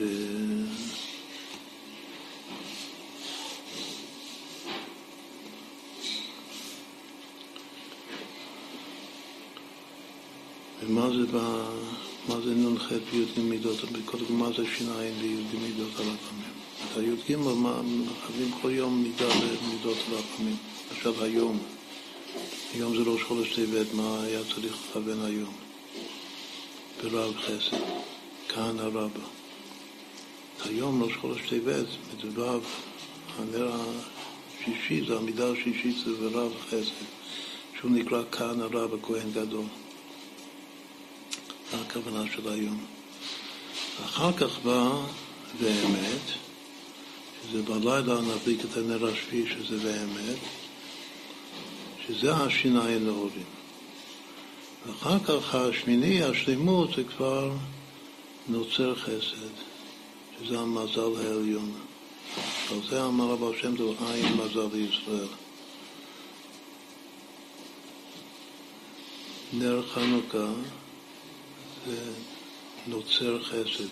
ומה זה ב... מה זה נ"ח וי"ג מידות? קודם כל מה זה שיניים וי"ג מידות על הפעמים? את הי"ג מה חייבים כל יום מידה ומידות על הפעמים. עכשיו היום, היום זה ראש חודש טבת, מה היה צריך לכוון היום? ברב חסד, כהנא רבא. היום ראש חודש טבת, מדובר, הנר השישי, זה המידה השישית, זה ברב חסד, שהוא נקרא כהנא רבא, כהן גדול. זה הכוונה של היום. אחר כך בא באמת, שזה בלילה נדליק את הנר השביעי, שזה באמת, שזה השיניים נעורים. ואחר כך השמיני, השלימות, זה כבר נוצר חסד, שזה המזל העליון. על זה אמר רבי שם טוב, עין מזל לישראל. נר חנוכה זה נוצר חסד.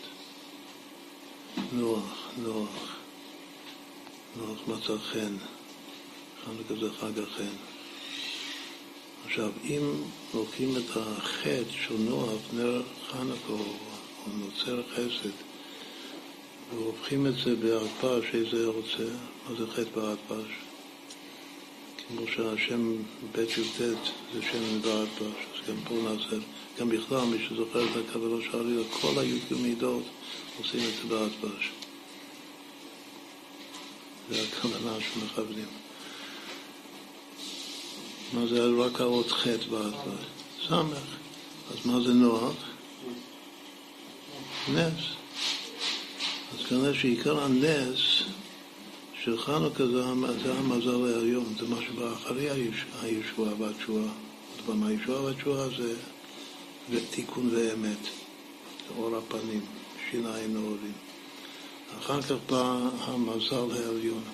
נוח, נוח. נוח מצא חן. חנוכה זה חג החן. עכשיו, אם לוקחים את החטא של נוח, נר חנוכה, או נוצר חסד, והופכים את זה בהדפש, איזה רוצה, מה זה חטא בהדפש? כמו שהשם בית י"ט זה שם בהדפש, אז גם פה נעשה, גם בכלל, מי שזוכר את הקבלה שעלי, כל הי"ג מידות עושים את זה בהדפש. זה הכוונה שמכוונים. מה זה רק האות חטא בהדפש? סמך. אז מה זה נוח? נס. אז כנראה שעיקר הנס של חנוכה זה המזל העליון, זה מה שבא אחרי הישועה והתשועה. זאת אומרת, הישועה והתשועה זה תיקון ואמת, זה אור הפנים, שיניים נעורים. אחר כך בא המזל העליון,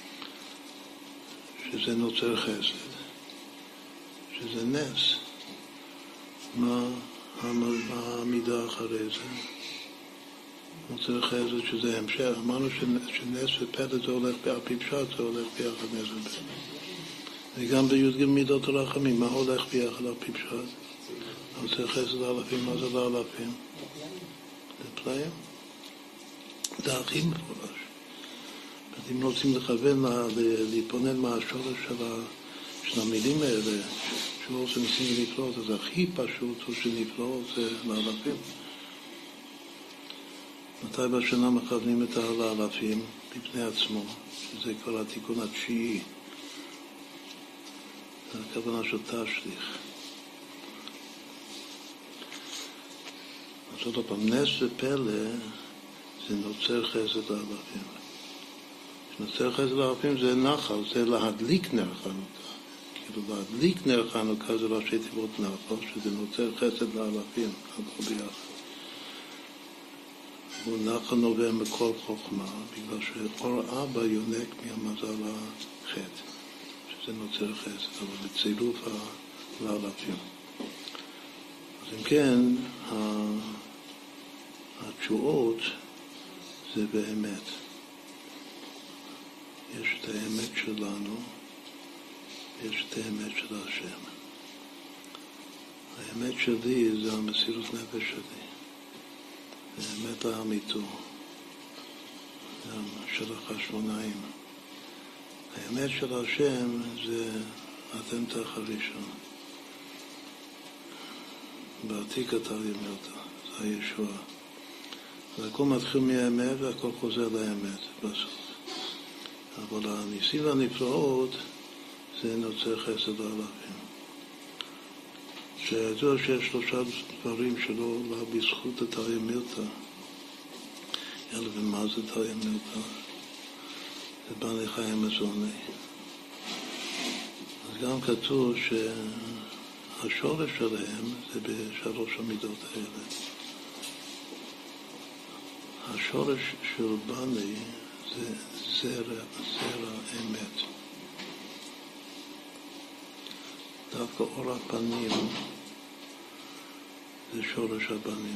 שזה נוצר חסד, שזה נס. מה המידה אחרי זה? נוצר חסד שזה המשך. אמרנו שנס ופלט זה הולך על פי פשט, זה הולך ביחד נס ופלט. וגם בי"ג מידות הרחמים, מה הולך ביחד על פי פשט? נוצר חסד אלפים, מה זה לא אלפים? זה פלאים? זה הכי מפורש. אם רוצים לכוון, להתפונן מהשורש של המילים האלה, שהוא עושה ניסים ונפלאות, אז הכי פשוט הוא שנפלאות זה לאלפים. מתי בשנה מכוונים את האלפים בפני עצמו, שזה כבר התיקון התשיעי, זה הכוונה של תשליך. אז עוד פעם, נס ופלא זה נוצר חסד לאלפים. נוצר חסד לאלפים זה נחל, זה להדליק נר חנוכה. כאילו להדליק נר חנוכה זה ראשי תיבות נחל, שזה נוצר חסד לאלפים, הכל ביחד. הוא נחל נובע מכל חוכמה, בגלל שאור אבא יונק מהמזל החטא, שזה נוצר חסד, אבל בצירוף לאלפים. אז אם כן, התשועות זה באמת. יש את האמת שלנו, יש את האמת של השם. האמת שלי זה המסירות נפש שלי. זה האמת לאמיתו. זה של החשמונאים. האמת של השם זה אתם תחרישון. בעתיק אתה לימדת, זה הישוע. אז הכל מתחיל מהאמת והכל חוזר לאמת בסוף. אבל הניסים והנפלאות זה נוצר חסד לאלפים. שידוע שיש שלושה דברים שלא לא בזכות התריה מילתא. אלא ומה זה תריה מילתא? זה בני חיים מזוני. אז גם כתוב שהשורש שלהם זה בשלוש המידות האלה. השורש של בני זה זרע, זרע אמת. דווקא אור הפנים זה שורש הבנים.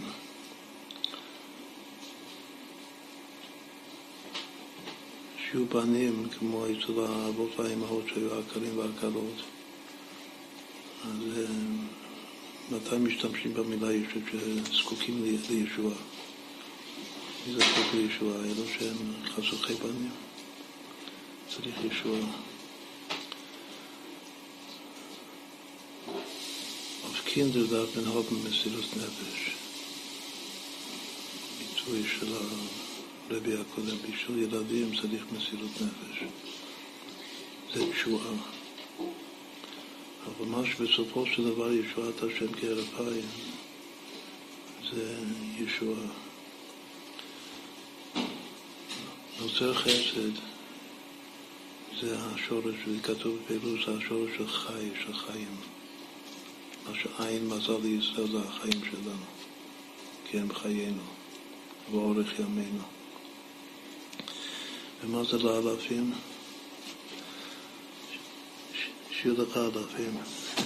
שיהיו בנים כמו אצל האבות והאימהות שהיו העקרים והעקרות. אז מתי משתמשים במילה ישות שזקוקים לישוע? מי זקוק לישוע? אלו שהם חסוכי בנים. צריך ישוע. Auf Kinder darf man haben מסירות נפש. ביטוי של הרבי הקודם, בשביל ילדים צריך מסירות נפש. זה תשועה. אבל מה שבסופו של דבר ישועת השם כהרף עין, זה ישועה. עושה חסד, זה השורש, זה כתוב בפירוש, זה השורש של חי, של חיים. מה שעין מזל לישראל זה החיים שלנו, כי הם חיינו, ואורך ימינו. ומה זה לאלפים? שיר לך אלפים.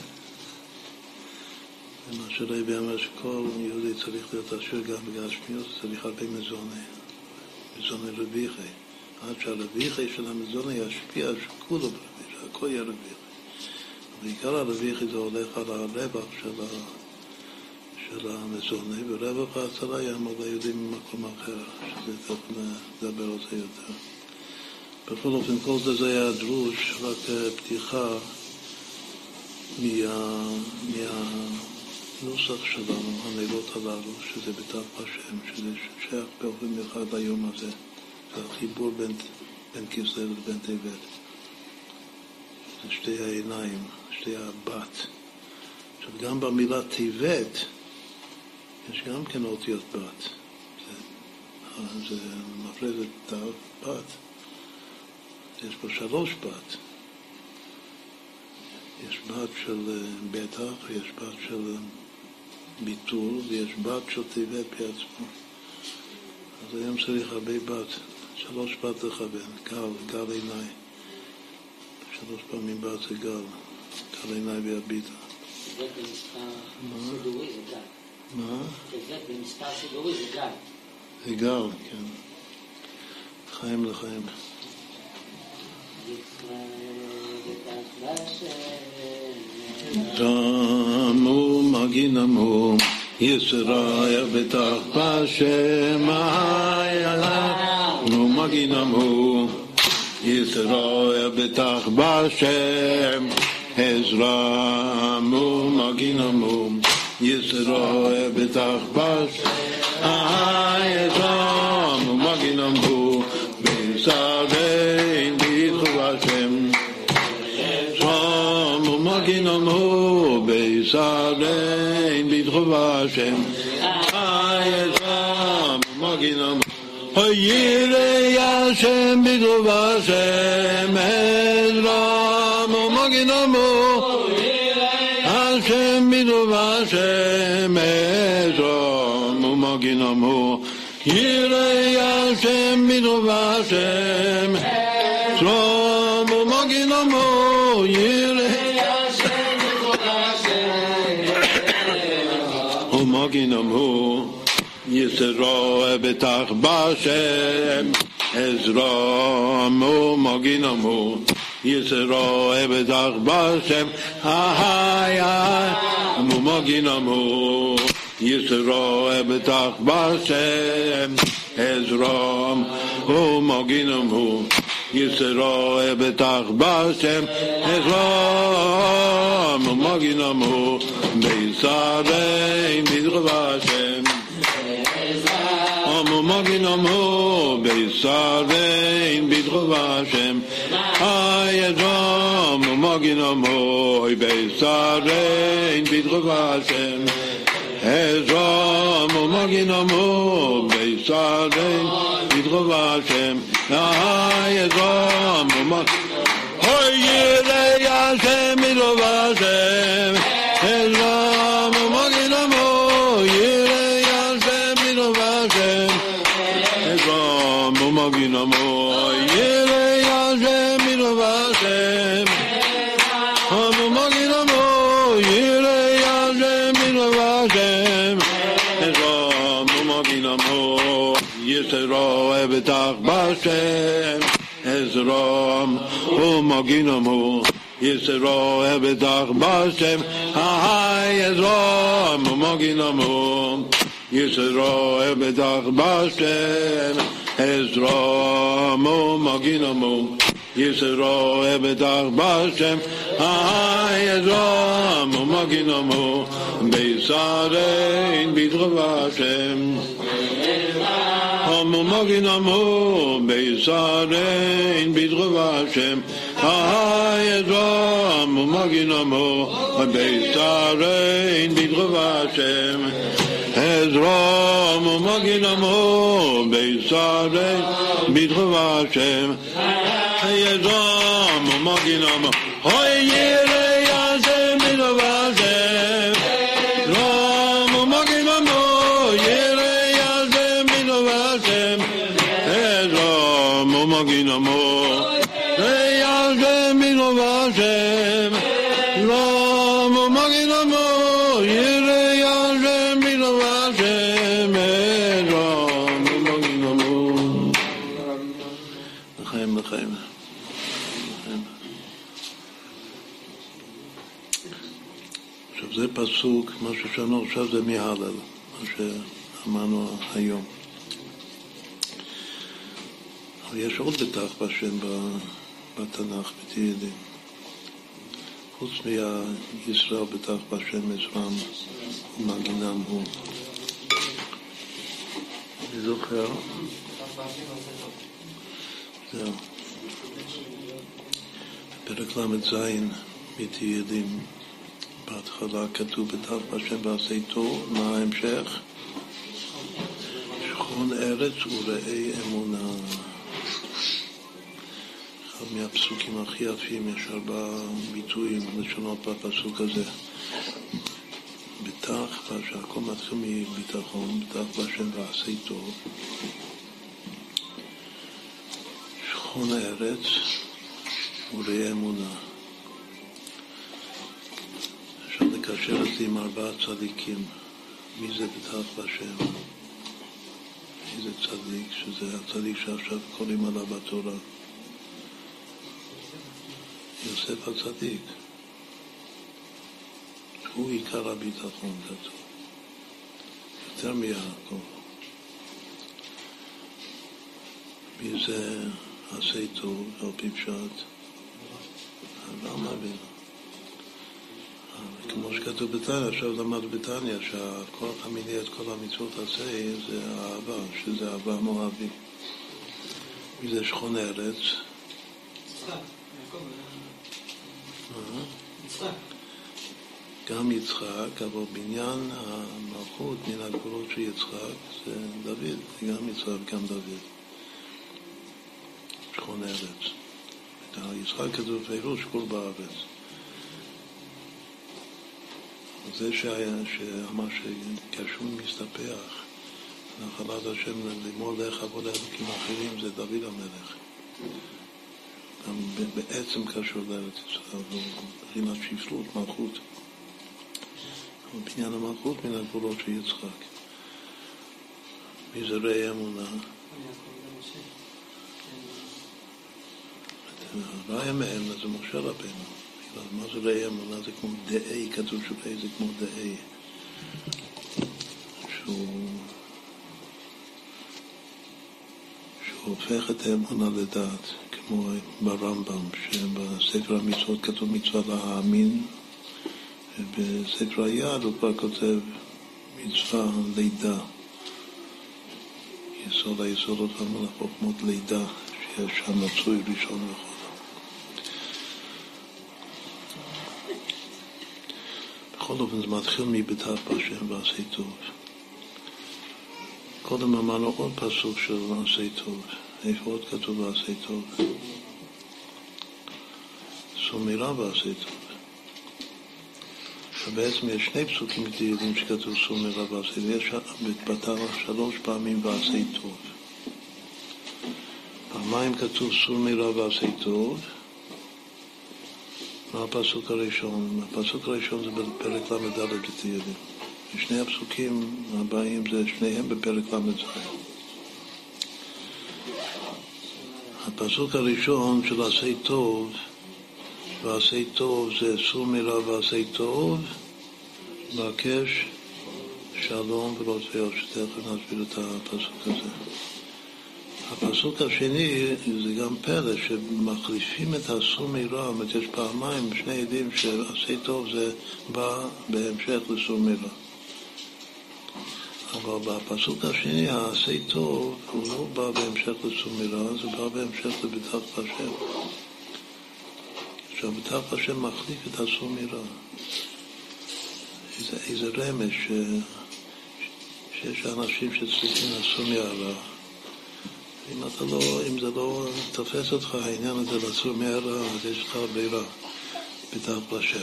ומה שרבי אומר שכל יהודי צריך להיות עשיר גם בגשמיות, צריך הרבה מזוני, מזוני רביחי. עד שהרביחי של המזוני ישפיע שכולו ברביחי, שהכל יהיה רביחי. בעיקר הרביחי זה הולך על הרווח של, ה... של המזוני, ורווח ההצלה יעמוד ליהודים ממקום אחר, שזה תכף נדבר על זה יותר. בכל אופן, כל זה זה היה דרוש, רק פתיחה מה... מהנוסח שלנו, המילות הללו, שזה בתך השם, שזה שייך באופן מיוחד ליום הזה. זה החיבור בין, בין כסלו לבין טבת. זה שתי העיניים, שתי הבת. עכשיו, גם במילה טבת, יש גם כן אותיות בת. זה, זה מפריד את הבת. יש פה שלוש בת. יש בת של בטח, יש בת של ביטול, ויש בת של טבת בעצמו. אז היום צריך הרבה בת, שלוש בת לכוון, גל, גל עיניי. שלוש פעמים בת זה גל, גל עיניי והביטה. טבת במספר סידורי זה גל. מה? טבת במספר סידורי זה גל. זה גל, כן. חיים לחיים. תמו מגינמו ישראל בטח בשם נו מגינמו ישראל בטח בשם עזרמו מגינמו ישראל בטח בשם עזרמו מגינמו בישראל ביטחו השם עזרמו מגינמו בישראל ביטחו השם עזרמו מגינמו יראי השם ביטחו השם עזרמו מגינמו השם ביטחו השם עזרמו מגינמו יראי השם ביטחו השם עזרמו מגינמו יראי השם ביטחו השם ומגינמו ישרוע בטח בשם עזרמו מגינמו ישרוע בטח בשם היי היי ומגינמו ישרוע בטח בשם עזרמו מגינמו ישרוע בטח בשם עזרמו מגינמו בישראל ביטחו השם Amo maginamo beisavein bidchov Hashem Hayadam maginamo beisavein bidchov Hashem Ezram maginamo beisavein bidchov Hashem Hayadam Hayirei Hashem bidchov Hashem Ezram maginamo Yirei Hashem bidchov Hashem Maginamo Yirei Hashem bidchov Hashem Maginamo Yirei Hashem bidchov Hashem Ezram Maginamo Yisroel b'tach b'Hashem Ezram Maginamo Yisroel b'tach b'Hashem Hai Ezram Maginamo Yisroel b'tach b'Hashem Ezramo maginamo Yisroel b'tach b'Hashem Hai Ezramo maginamo Beisarein bidchov Hashem Ezramo maginamo Beisarein bidchov Hashem Hai Ezram Umaginamo Beisarein Bidrova Hashem Ezram Umaginamo Beisarein Bidrova Hashem Ezram Umaginamo Hoy Yere Hashem Bidrova Hashem Ezram Umaginamo Yere Hashem Bidrova Hashem Ezram Umaginamo Hashem Lam Maginamo Yere Hashem Lam Hashem Lam Maginamo L'chaim l'chaim. עכשיו זה פסוק, מה ששאלנו עכשיו זה מהלל, מה שאמרנו היום. אבל יש עוד בטח בשם בתנ"ך, בתהילים. חוץ מישראל בטח בשם עזרם ומגינם הוא. אני זוכר. זהו. פרק למד זין מתהילים. בהתחלה כתוב בטח בשם ועשה טוב. מה ההמשך? שכון ארץ וראה אמונה. מהפסוקים הכי יפים, יש ארבע ביטויים לשונות בפסוק הזה. בטח, שהכל מתחיל מביטחון, בטח בשם ועשה טוב. שכון הארץ וראה אמונה. אפשר לקשר את זה עם ארבעה צדיקים. מי זה בטח בשם? מי זה צדיק? שזה הצדיק שעכשיו קוראים עליו בתורה. יוסף הצדיק, הוא עיקר הביטחון כתוב, יותר מיעקב. מי זה עשה טוב, על פי פשט? אברהם אבינו. כמו שכתוב בתניא, עכשיו למד בתניא, שהכוח המיני את כל המצוות עשה זה האהבה, שזה אברהם או אבי. מי זה שכון ארץ? יצחק. גם יצחק, אבל בניין המלכות מן הגבולות של יצחק זה דוד, גם יצחק וגם דוד. שכון ארץ. יצחק כתוב פירוש כל בארץ. זה שהיה, שאמר שגשום מסתפח, נחלת השם לימוד איך עבוד אלוקים אחרים, זה דוד המלך. גם בעצם קשור לארץ ישראל, מבחינת שפלות, מלכות. בניין המלכות מן הגבולות של יצחק. מי זה ראה אמונה? ראה מהם, זה משה רבנו. מה זה ראה אמונה? זה כמו דאי, כתוב שראה זה כמו דאי. שהוא... שהוא הופך את האמונה לדעת. כמו ברמב"ם, שבספר המצוות כתוב מצווה להאמין, ובספר היד הוא כבר כותב מצווה לידה. יסוד היסודות והמון החוכמות לידה, שיש שם מצוי ראשון וכל. בכל אופן זה מתחיל מבטח בשם ועשה טוב. קודם אמרנו עוד פסוק של ועשה טוב. איפה עוד כתוב ועשה טוב? סומירה ועשה טוב. ובעצם יש שני פסוקים בתהילים שכתוב סומירה ועשה טוב. יש בתנ"ך שלוש פעמים ועשה טוב. פעמיים כתוב סומירה ועשה טוב. מה הפסוק הראשון? הפסוק הראשון זה בפרק למד בתהילים. ושני הפסוקים הבאים זה שניהם בפרק למד. הפסוק הראשון של עשה טוב, ועשה טוב זה סור מרע ועשה טוב, מבקש שלום ורודפהו, שתכף נסביר את הפסוק הזה. הפסוק השני זה גם פלא שמחליפים את הסור מרע, זאת אומרת יש פעמיים שני עדים שעשה טוב זה בא בהמשך לסור מרע. אבל בפסוק השני, העשה טוב, הוא לא בא בהמשך לסומירה, זה בא בהמשך לבטח בשם. עכשיו, בטח השם מחליף את אסור מרע. איזה, איזה רמז ש... שיש אנשים שצריכים אסור מרע. אם אתה לא, אם זה לא תופס אותך, העניין הזה לאסור מרע, אז יש לך ברירה, בטח השם.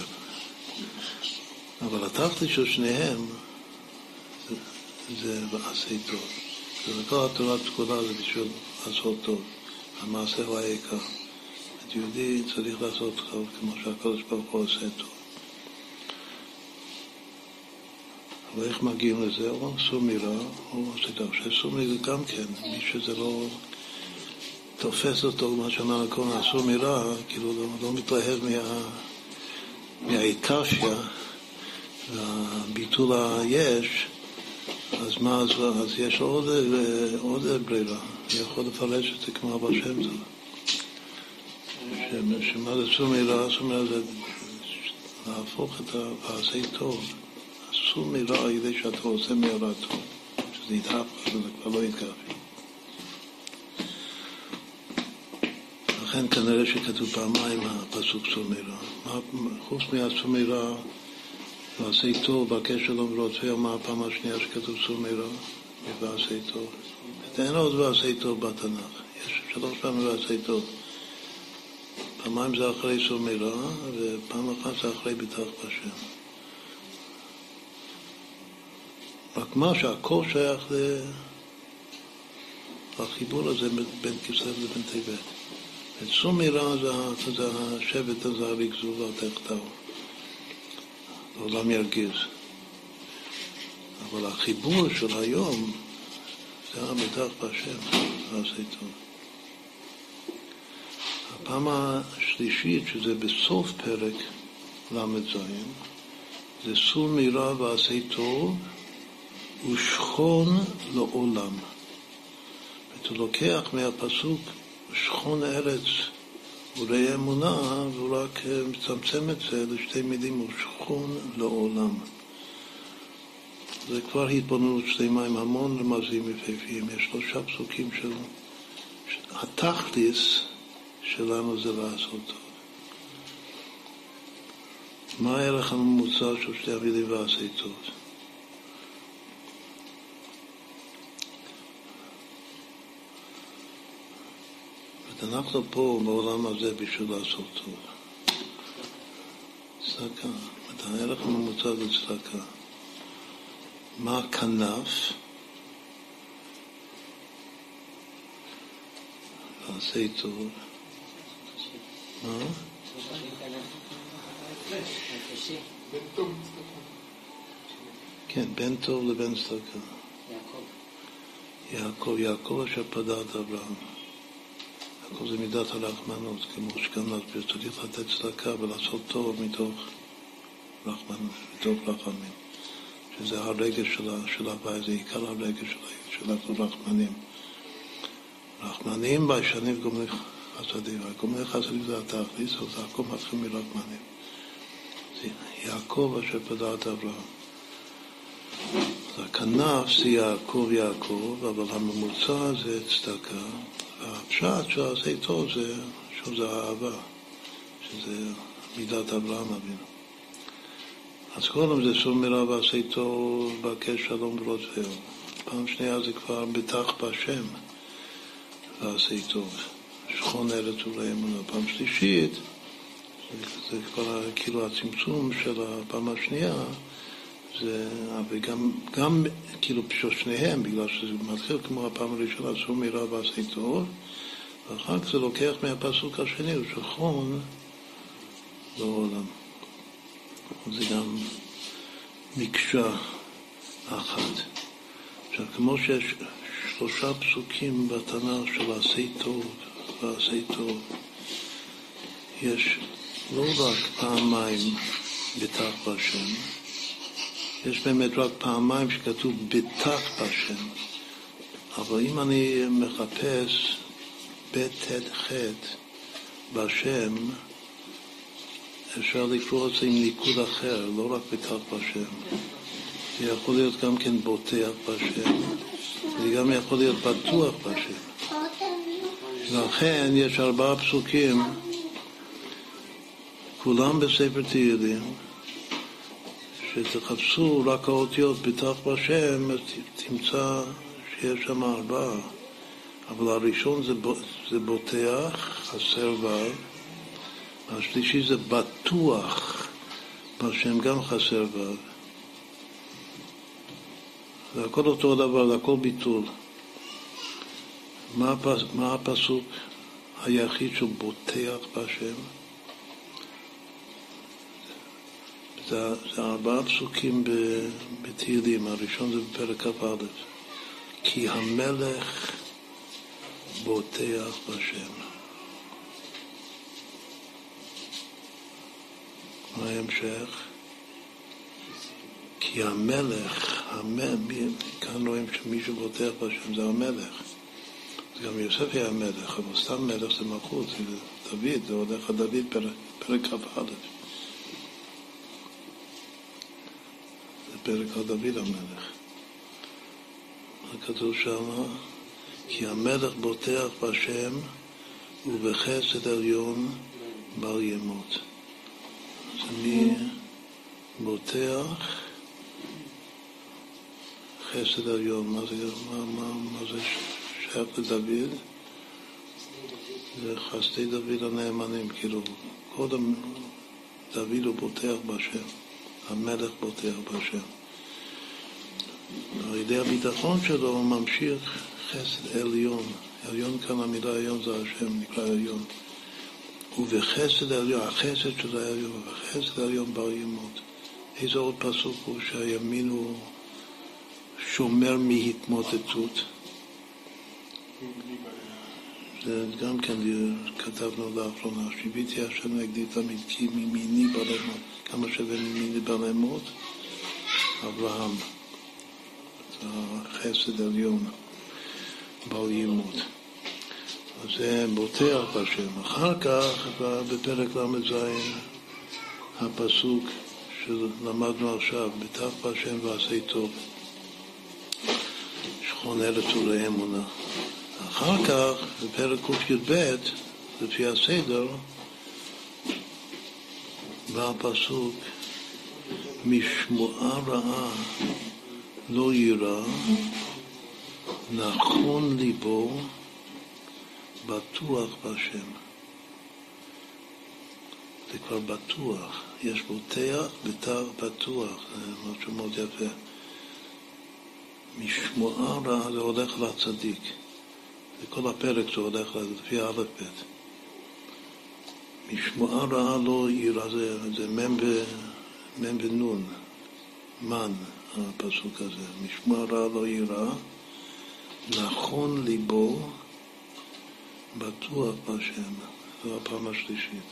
אבל התכלית של שניהם זה, זה בעשה טוב. וכל התורה כולה זה בשביל לעשות טוב. המעשה הוא העיקר. את יהודי צריך לעשות טוב כמו שהקדוש ברוך הוא עושה טוב. אבל איך מגיעים לזה? או סור מרע, או עושה טוב. שסור מרע זה גם כן, מי שזה לא תופס אותו, מה שאמרנו כל הסור מרע, כאילו לא, לא מתלהב מה, מהעיקשיה, והביטול היש, אז מה, אז, אז יש עוד, עוד ברירה. אני יכול לפרש את זה כמו אבא שם טוב. שמה זה סור מרע? סור מרע זה להפוך את העשה טוב. סור מרע על ידי שאתה עושה מרע טוב. שזה יתהפך, זה כבר לא יתקרב. לכן כנראה שכתוב פעמיים הפסוק סור מרע. חוץ מהסור מרע, ועשה טוב, בקש שלום ורודפהו, מה הפעם השנייה שכתוב סור מרע? ועשה טוב. אין עוד ועשה טוב בתנ"ך. יש שלוש פעמים ועשה טוב. פעמיים זה אחרי סור מרע, ופעם אחת זה אחרי בטח בשם. רק מה שהכל שייך לחיבור הזה בין כסלו לבין טבת. סור מרע זה השבט הזה הריכזו והתחתיו. העולם ירגיז. אבל החיבור של היום זה הבטח בשם, ועשה טוב. הפעם השלישית, שזה בסוף פרק למד זין, זה סור מרע ועשה טוב ושכון לעולם. אתה לוקח מהפסוק שכון ארץ וראה אמונה, והוא רק מצמצם את זה לשתי מילים, ושכון לעולם. זה כבר התבוננות שלמה עם המון רמזים יפהפיים. יש שלושה פסוקים של התכלס שלנו זה לעשות טוב. מה הערך הממוצע של שתי המילים ועשה טוב? אנחנו פה בעולם הזה בשביל לעשות טוב. צדקה. הערך הממוצע זה צדקה. מה הכנף? לעשה טוב. מה? כן, בן טוב לבן צדקה. יעקב. יעקב אשר פדה את אברהם. יעקב זה מידת הרחמנות, כמו שגם נסביר, צריך לתת צדקה ולעשות טוב מתוך רחמנות, מתוך רחמים. שזה הרגש של הבית, זה עיקר הרגש של הרחמנים. רחמנים ביישנים גומלי חסדים. גומלי חסדים זה התכלית, זה הכל מתחיל מרחמנים. זה יעקב אשר פדה את אברהם. הכנף זה יעקב יעקב, אבל הממוצע זה צדקה. והפשט שעשה טוב זה, שזה האהבה, שזה מידת אברהם אבינו. אז קודם זה סור מרע ועשה טוב, בקש שלום ורודפהו. פעם שנייה זה כבר בטח בשם ועשה טוב. שכון ארץ וראה אמונה. פעם שלישית, זה, זה כבר כאילו הצמצום של הפעם השנייה, זה, וגם, גם כאילו פשוט שניהם, בגלל שזה מתחיל כמו הפעם הראשונה, סור מרע ועשה טוב, ואחר כך זה לוקח מהפסוק השני, הוא שכון לעולם. זה גם מקשה אחת. עכשיו, כמו שיש שלושה פסוקים בתנ"ך של עשה טוב ועשה טוב, יש לא רק פעמיים בטח בשם, יש באמת רק פעמיים שכתוב בטח בשם, אבל אם אני מחפש בית חטא בשם, אפשר לקרוא את זה עם ניקוד אחר, לא רק בטח בשם. זה יכול להיות גם כן בוטח בשם, זה גם יכול להיות בטוח בשם. לכן יש ארבעה פסוקים כולם בספר תהילים, שתחפשו רק האותיות בתך בשם, אז תמצא שיש שם ארבעה. אבל הראשון זה, זה בוטח, חסר ו', השלישי זה בטוח, בשם גם חסר ו'. זה הכל אותו דבר, זה הכל ביטול. מה, הפס, מה הפסוק היחיד שהוא בוטח בשם? זה, זה ארבעה פסוקים בתהילים. הראשון זה בפרק כ"א. כי המלך בוטח בשם. מה ההמשך? כי המלך, המלך, כאן רואים שמישהו בוטח בשם, זה המלך. זה גם יוסף היה המלך, אבל סתם מלך זה מלכות, זה דוד, זה הולך על דוד פרק כ"א. זה פרק על דוד המלך. מה כתוב שם? כי המלך בוטח בשם ובחסד עליון בל ימות. אז מי בוטח? חסד עליון. מה זה, מה, מה, מה זה שייך לדוד? זה חסדי דוד הנאמנים. כאילו, קודם דוד הוא בוטח בשם. המלך בוטח בשם. על ידי הביטחון שלו הוא ממשיך חסד עליון. עליון כאן, המילה עליון זה השם, נקרא עליון. ובחסד עליון, החסד של העליון, ובחסד עליון בר ימות. איזה עוד פסוק הוא שהימין הוא שומר מהתמוטטות. זה גם כן כתבנו לאחרונה, שיביתי השם נגדי תמיד, כי מימיני בלמות, כמה שווה מימיני בלמות? אברהם. זה החסד עליון. בל ימות. אז זה בוטח בשם. אחר כך, בפרק ל"ז, הפסוק שלמדנו עכשיו, בטח בשם ועשה טוב. שכון ארץ ולאמונה. אחר כך, בפרק ק"ב, לפי הסדר, בא הפסוק, משמועה רעה לא יירא, נכון ליבו, בטוח בשם. זה כבר בטוח. יש בוטח, בטח, בטוח. זה משהו מאוד יפה. משמועה רעה זה הולך לצדיק. וכל הפרק זה הולך לפי א' ב'. משמועה רעה לא יירא, זה, זה מם בנון. מן, הפסוק הזה. משמועה רעה לא יירא. נכון ליבו, בטוח בשם. זו הפעם השלישית.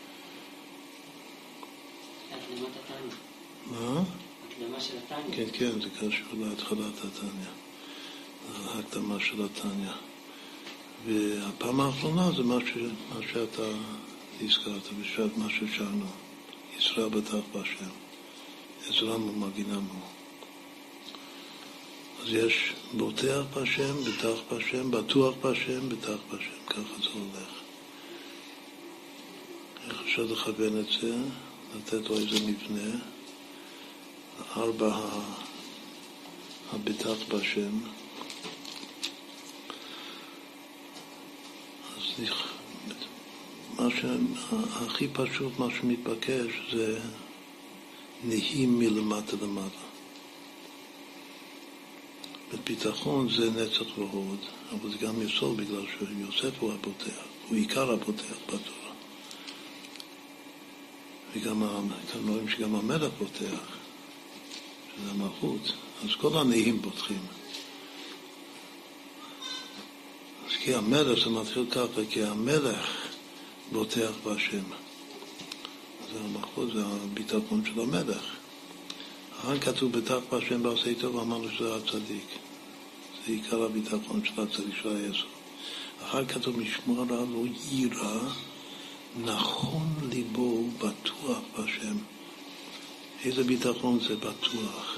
הקדמת התניא. מה? הקדמה של התניא. כן, כן, זה קשור להתחלת התניא. ההקדמה של התניא. והפעם האחרונה זה מה, ש... מה שאתה הזכרת, בשביל מה ששאלנו. ישראל בטח בשם. עזרם ומגינם הוא. אז יש בוטח בשם, בטח בשם, בטוח בשם, בטח בשם. ככה זה הולך. איך אפשר לכוון את זה? לתת לו איזה מבנה. ארבע הבטח בשם. אז מה שהכי פשוט, מה שמתבקש, זה נהים מלמטה למטה. בביטחון זה נצח והוד, אבל זה גם יסוד בגלל שיוסף הוא הבוטח, הוא עיקר הבוטח בתורה. וגם כאן רואים שגם המלך בוטח, שזה המלכות, אז כל הנהים בוטחים. אז כי המלך זה מתחיל ככה, כי המלך בוטח בהשם. זה המלכות, זה הביטחון של המלך. אחר כתוב בטח בהשם ועשה טוב, אמרנו שזה הצדיק. זה עיקר הביטחון של הצדיק של היסוד. אחר כתוב משמוע רע לא יירא, נכון ליבו בטוח בהשם. איזה ביטחון זה בטוח?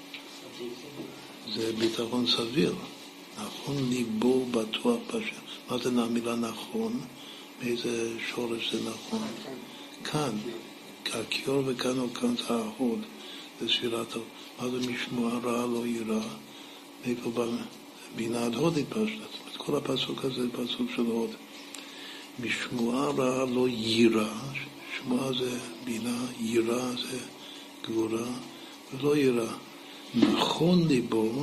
זה ביטחון סביר. נכון ליבו בטוח בהשם. מה זה המילה נכון? מאיזה שורש זה נכון? כאן. הכיור וכאן וכאן זה ההוד, זה ספירת ההוד. מה זה משמוע רע לא יירא? מאיפה בא בינה עד הוד התפשט. כל הפסוק הזה זה פסוק של הוד. משמוע רע לא יירא, שמוע זה בינה, יירא זה גבורה, ולא יירא. נכון ליבו,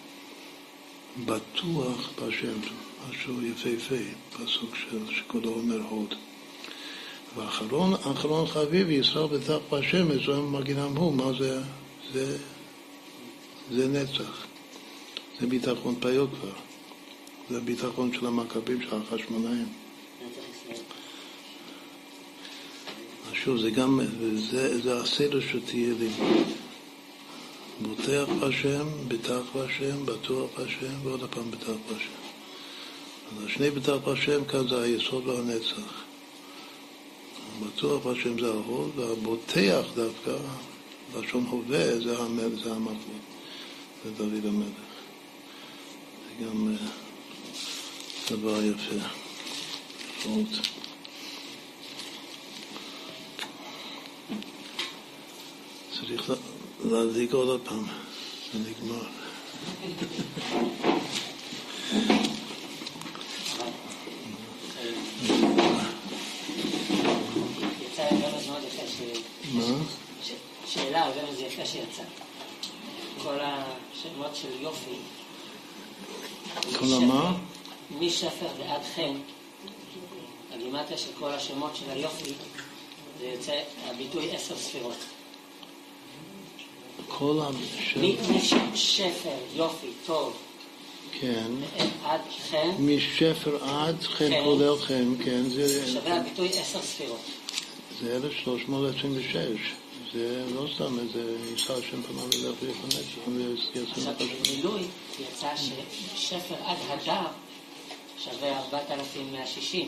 בטוח בהשם, משהו יפהפה, פסוק של שכולו אומר הוד. ואחרון, אחרון חביב, ישראל בטח בהשם, זה מגינם הוא, מה זה? זה, זה נצח. זה ביטחון פיוק כבר. זה הביטחון של המכבים, של החשמונאים. שוב, זה גם, זה, זה הסדר שתהיה לי. בוטח בהשם, ביטח בהשם, בטוח בהשם, ועוד הפעם ביטח בהשם. אז השני ביטח בהשם, כאן זה היסוד והנצח. בטוח בהשם זה ההוד, והבוטח דווקא, לשון הווה, זה המלך, זה המלכות. זה דוד המלך. זה גם דבר יפה. עוד. צריך להדליק עוד הפעם, זה נגמר. יצא רמז מאוד יפה ש... מה? שאלה, רמז יפה שיצא. כל השמות של יופי. כל המה? משפר ועד חן, הגימטריה של כל השמות של היופי, זה יוצא הביטוי עשר ספירות. כל השם... משפר, יופי, טוב. כן. עד חן. משפר עד חן, כולל חן, כן. זה... שווה הביטוי עשר ספירות. זה אלף שלוש מאות עשרים ושש. זה לא סתם איזה יישא השם פניו ילך ויחנך. עכשיו, במילוי יצא ששפר עד הדר שווה ארבעת אלפים מאה ושישים.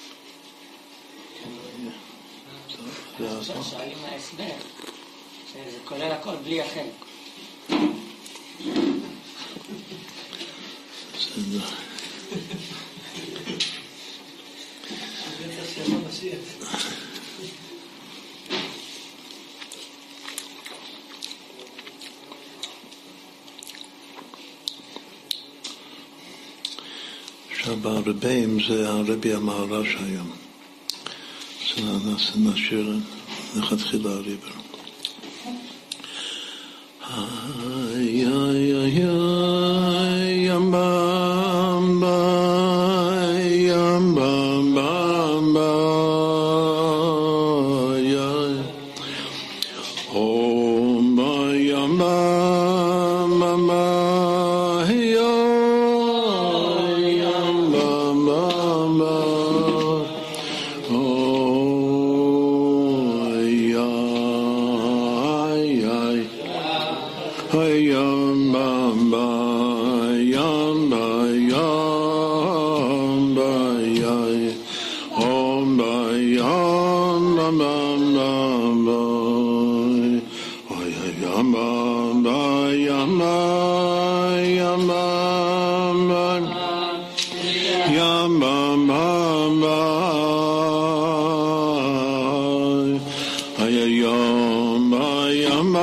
עכשיו שואלים מההסבר, שזה כולל הכל בלי החן. בסדר. עכשיו ברבים זה הרבי המהר"ש היום. אז נשאיר לכתחילה הריבר. איי איי איי איי ים במ ביי ים במ במ ביי אום ביי ים במ במ ביי ים במ במ Yam bam ba yam ba yam ba yai om ba yam bam bam bam ba ay yam bam ba yam ba yam bam ba yam bam bam ba ay yam ba yam ba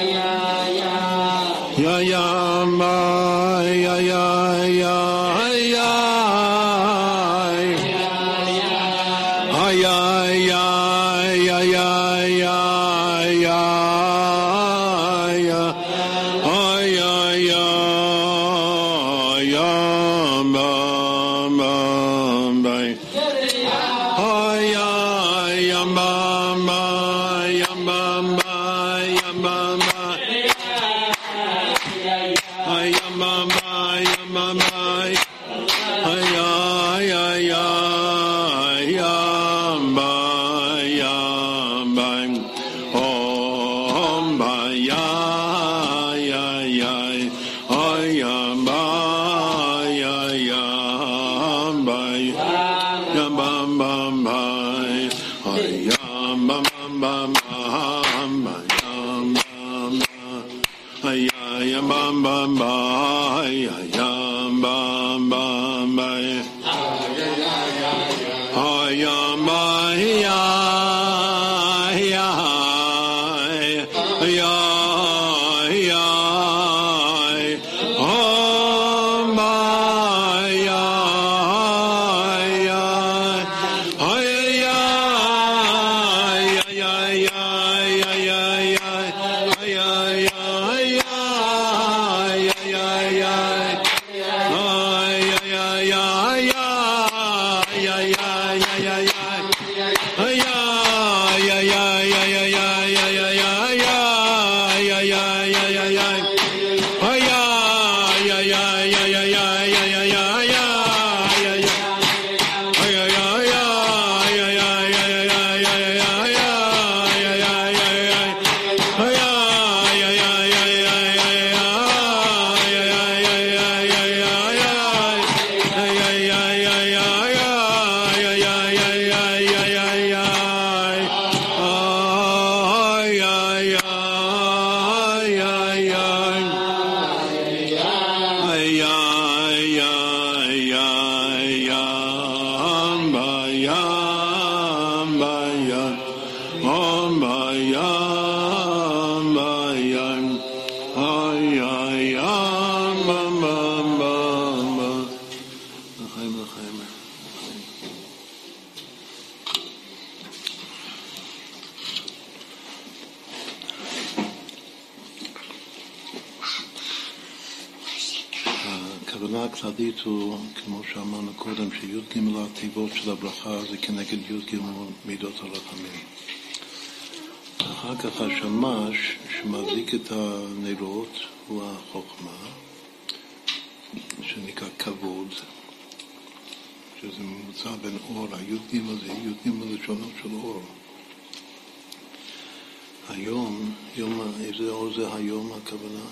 ya ya ma ya ya ya הכוונה הכללית הוא, כמו שאמרנו קודם, שי' ג' התיבות של הברכה זה כנגד י' ג' מידות הרחמים. אחר כך השמש שמדליק את הנרות הוא החוכמה, שנקרא כבוד, שזה ממוצע בין אור, הי' ג' זה י' ג' לשונות של אור. היום, יום, איזה אור זה היום הכוונה?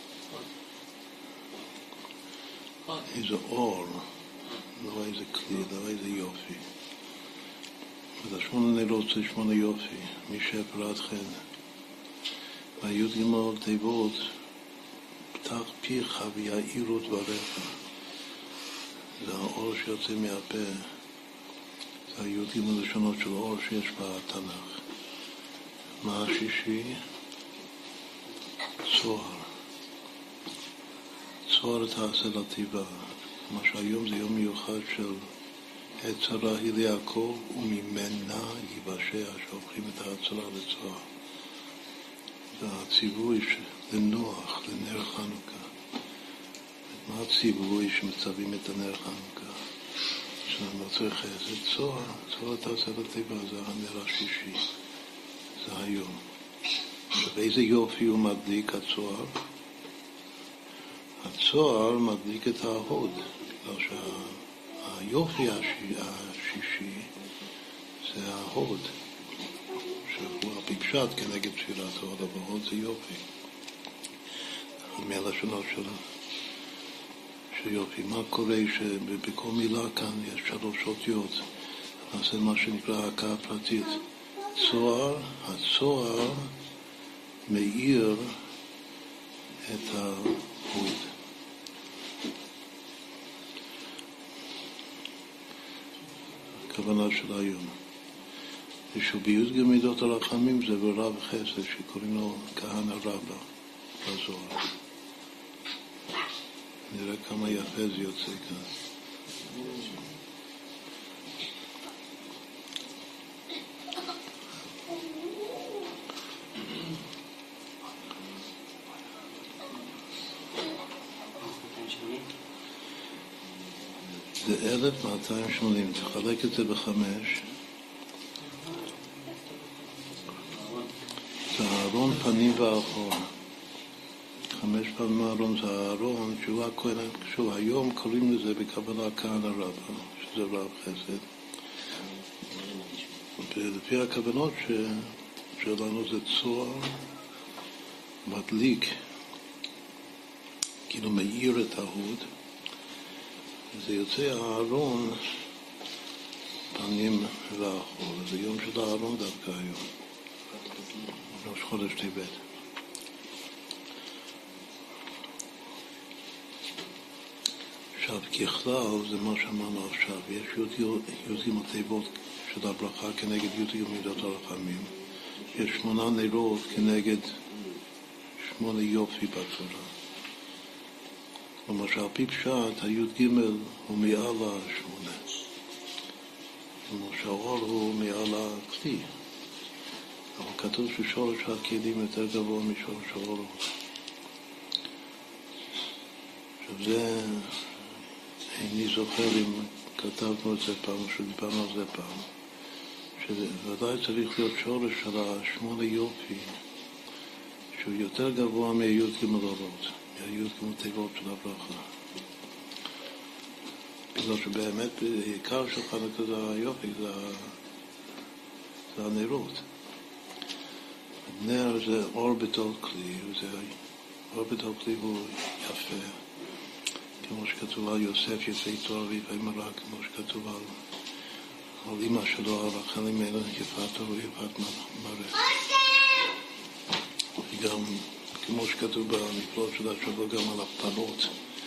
איזה אור, לא איזה כלי, לא איזה יופי. והשמונה נרות זה שמונה יופי, משפר עד חן. והי' ג' תיבות, פתח פיך ויאירו דבריך. זה האור שיוצא מהפה. זה הי' ג' לשונות של אור שיש בתנ"ך. מה השישי? צוהר. צוהר תעשה לטבעה. מה שהיום זה יום מיוחד של הצלה היא ליעקב וממנה ייוושע, שהופכים את ההצלה לצוהר. והציווי לנוח, לנר חנוכה. מה הציווי שמצווים את הנר חנוכה? שאני צריך חסד, צוהר. צוהר תעשה לטבעה, זה הנר השישי. זה היום. ובאיזה יופי הוא מדליק הצוהר? הצוהר מדליק את ההוד, בגלל שהיופי השישי זה ההוד, שהוא הפשט כנגד תפילת ההוד, אבל הוד זה יופי. מהלשונות של, של יופי. מה קורה שבכל מילה כאן יש שלוש אותיות, נעשה מה שנקרא ההכאה הפרטית. צוהר, הצוהר מאיר את ההוד. הכוונה של היום. ושביוז גם מידות הרחמים זה ברב חסד שקוראים לו כהנא רבא בזוהר. נראה כמה יפה זה יוצא כאן. זה אלף מאתיים ושמונים, תחלק את זה בחמש. זה הארון פנים ואחור. חמש פעמים הארון זה הארון, שהוא הכהן, שוב, היום קוראים לזה בקבלה כהנא רבא, שזה רב חסד. ולפי הכוונות ש... שלנו זה צוהר מדליק, כאילו מאיר את ההוד, זה יוצא הארון פנים ואחור. זה יום של הארון דווקא היום, ראש חודש טבת. עכשיו ככלל זה מה שאמרנו עכשיו, יש יודעים התיבות של הברכה כנגד יודעים מידות הרחמים, יש שמונה נרות כנגד שמונה יופי בצורה. כלומר שעל פי פשט היוד ג' הוא מעל השמונה, כלומר שהאור הוא מעל הכלי, אבל כתוב ששורש הכלים יותר גבוה משורש האור. עכשיו זה, איני זוכר אם כתבנו את זה פעם או שדיברנו על זה פעם, שוודאי צריך להיות שורש של השמונה יופי שהוא יותר גבוה מהיוד ג' אורות, מהיוד ג' תיבות של הברכה. בגלל שבאמת העיקר של חנוכה זה היופי, זה, זה הנרות. נר זה אור בתוך כלי, וזה, אור בתוך כלי הוא יפה, כמו שכתוב על יוסף יפה תואר ויפה מראה, כמו שכתוב על, על אמא שלו, על רחל אמנו, יפת תואר ויפת מראה. וגם כמו שכתוב במקורות של השבוע גם על הפרות,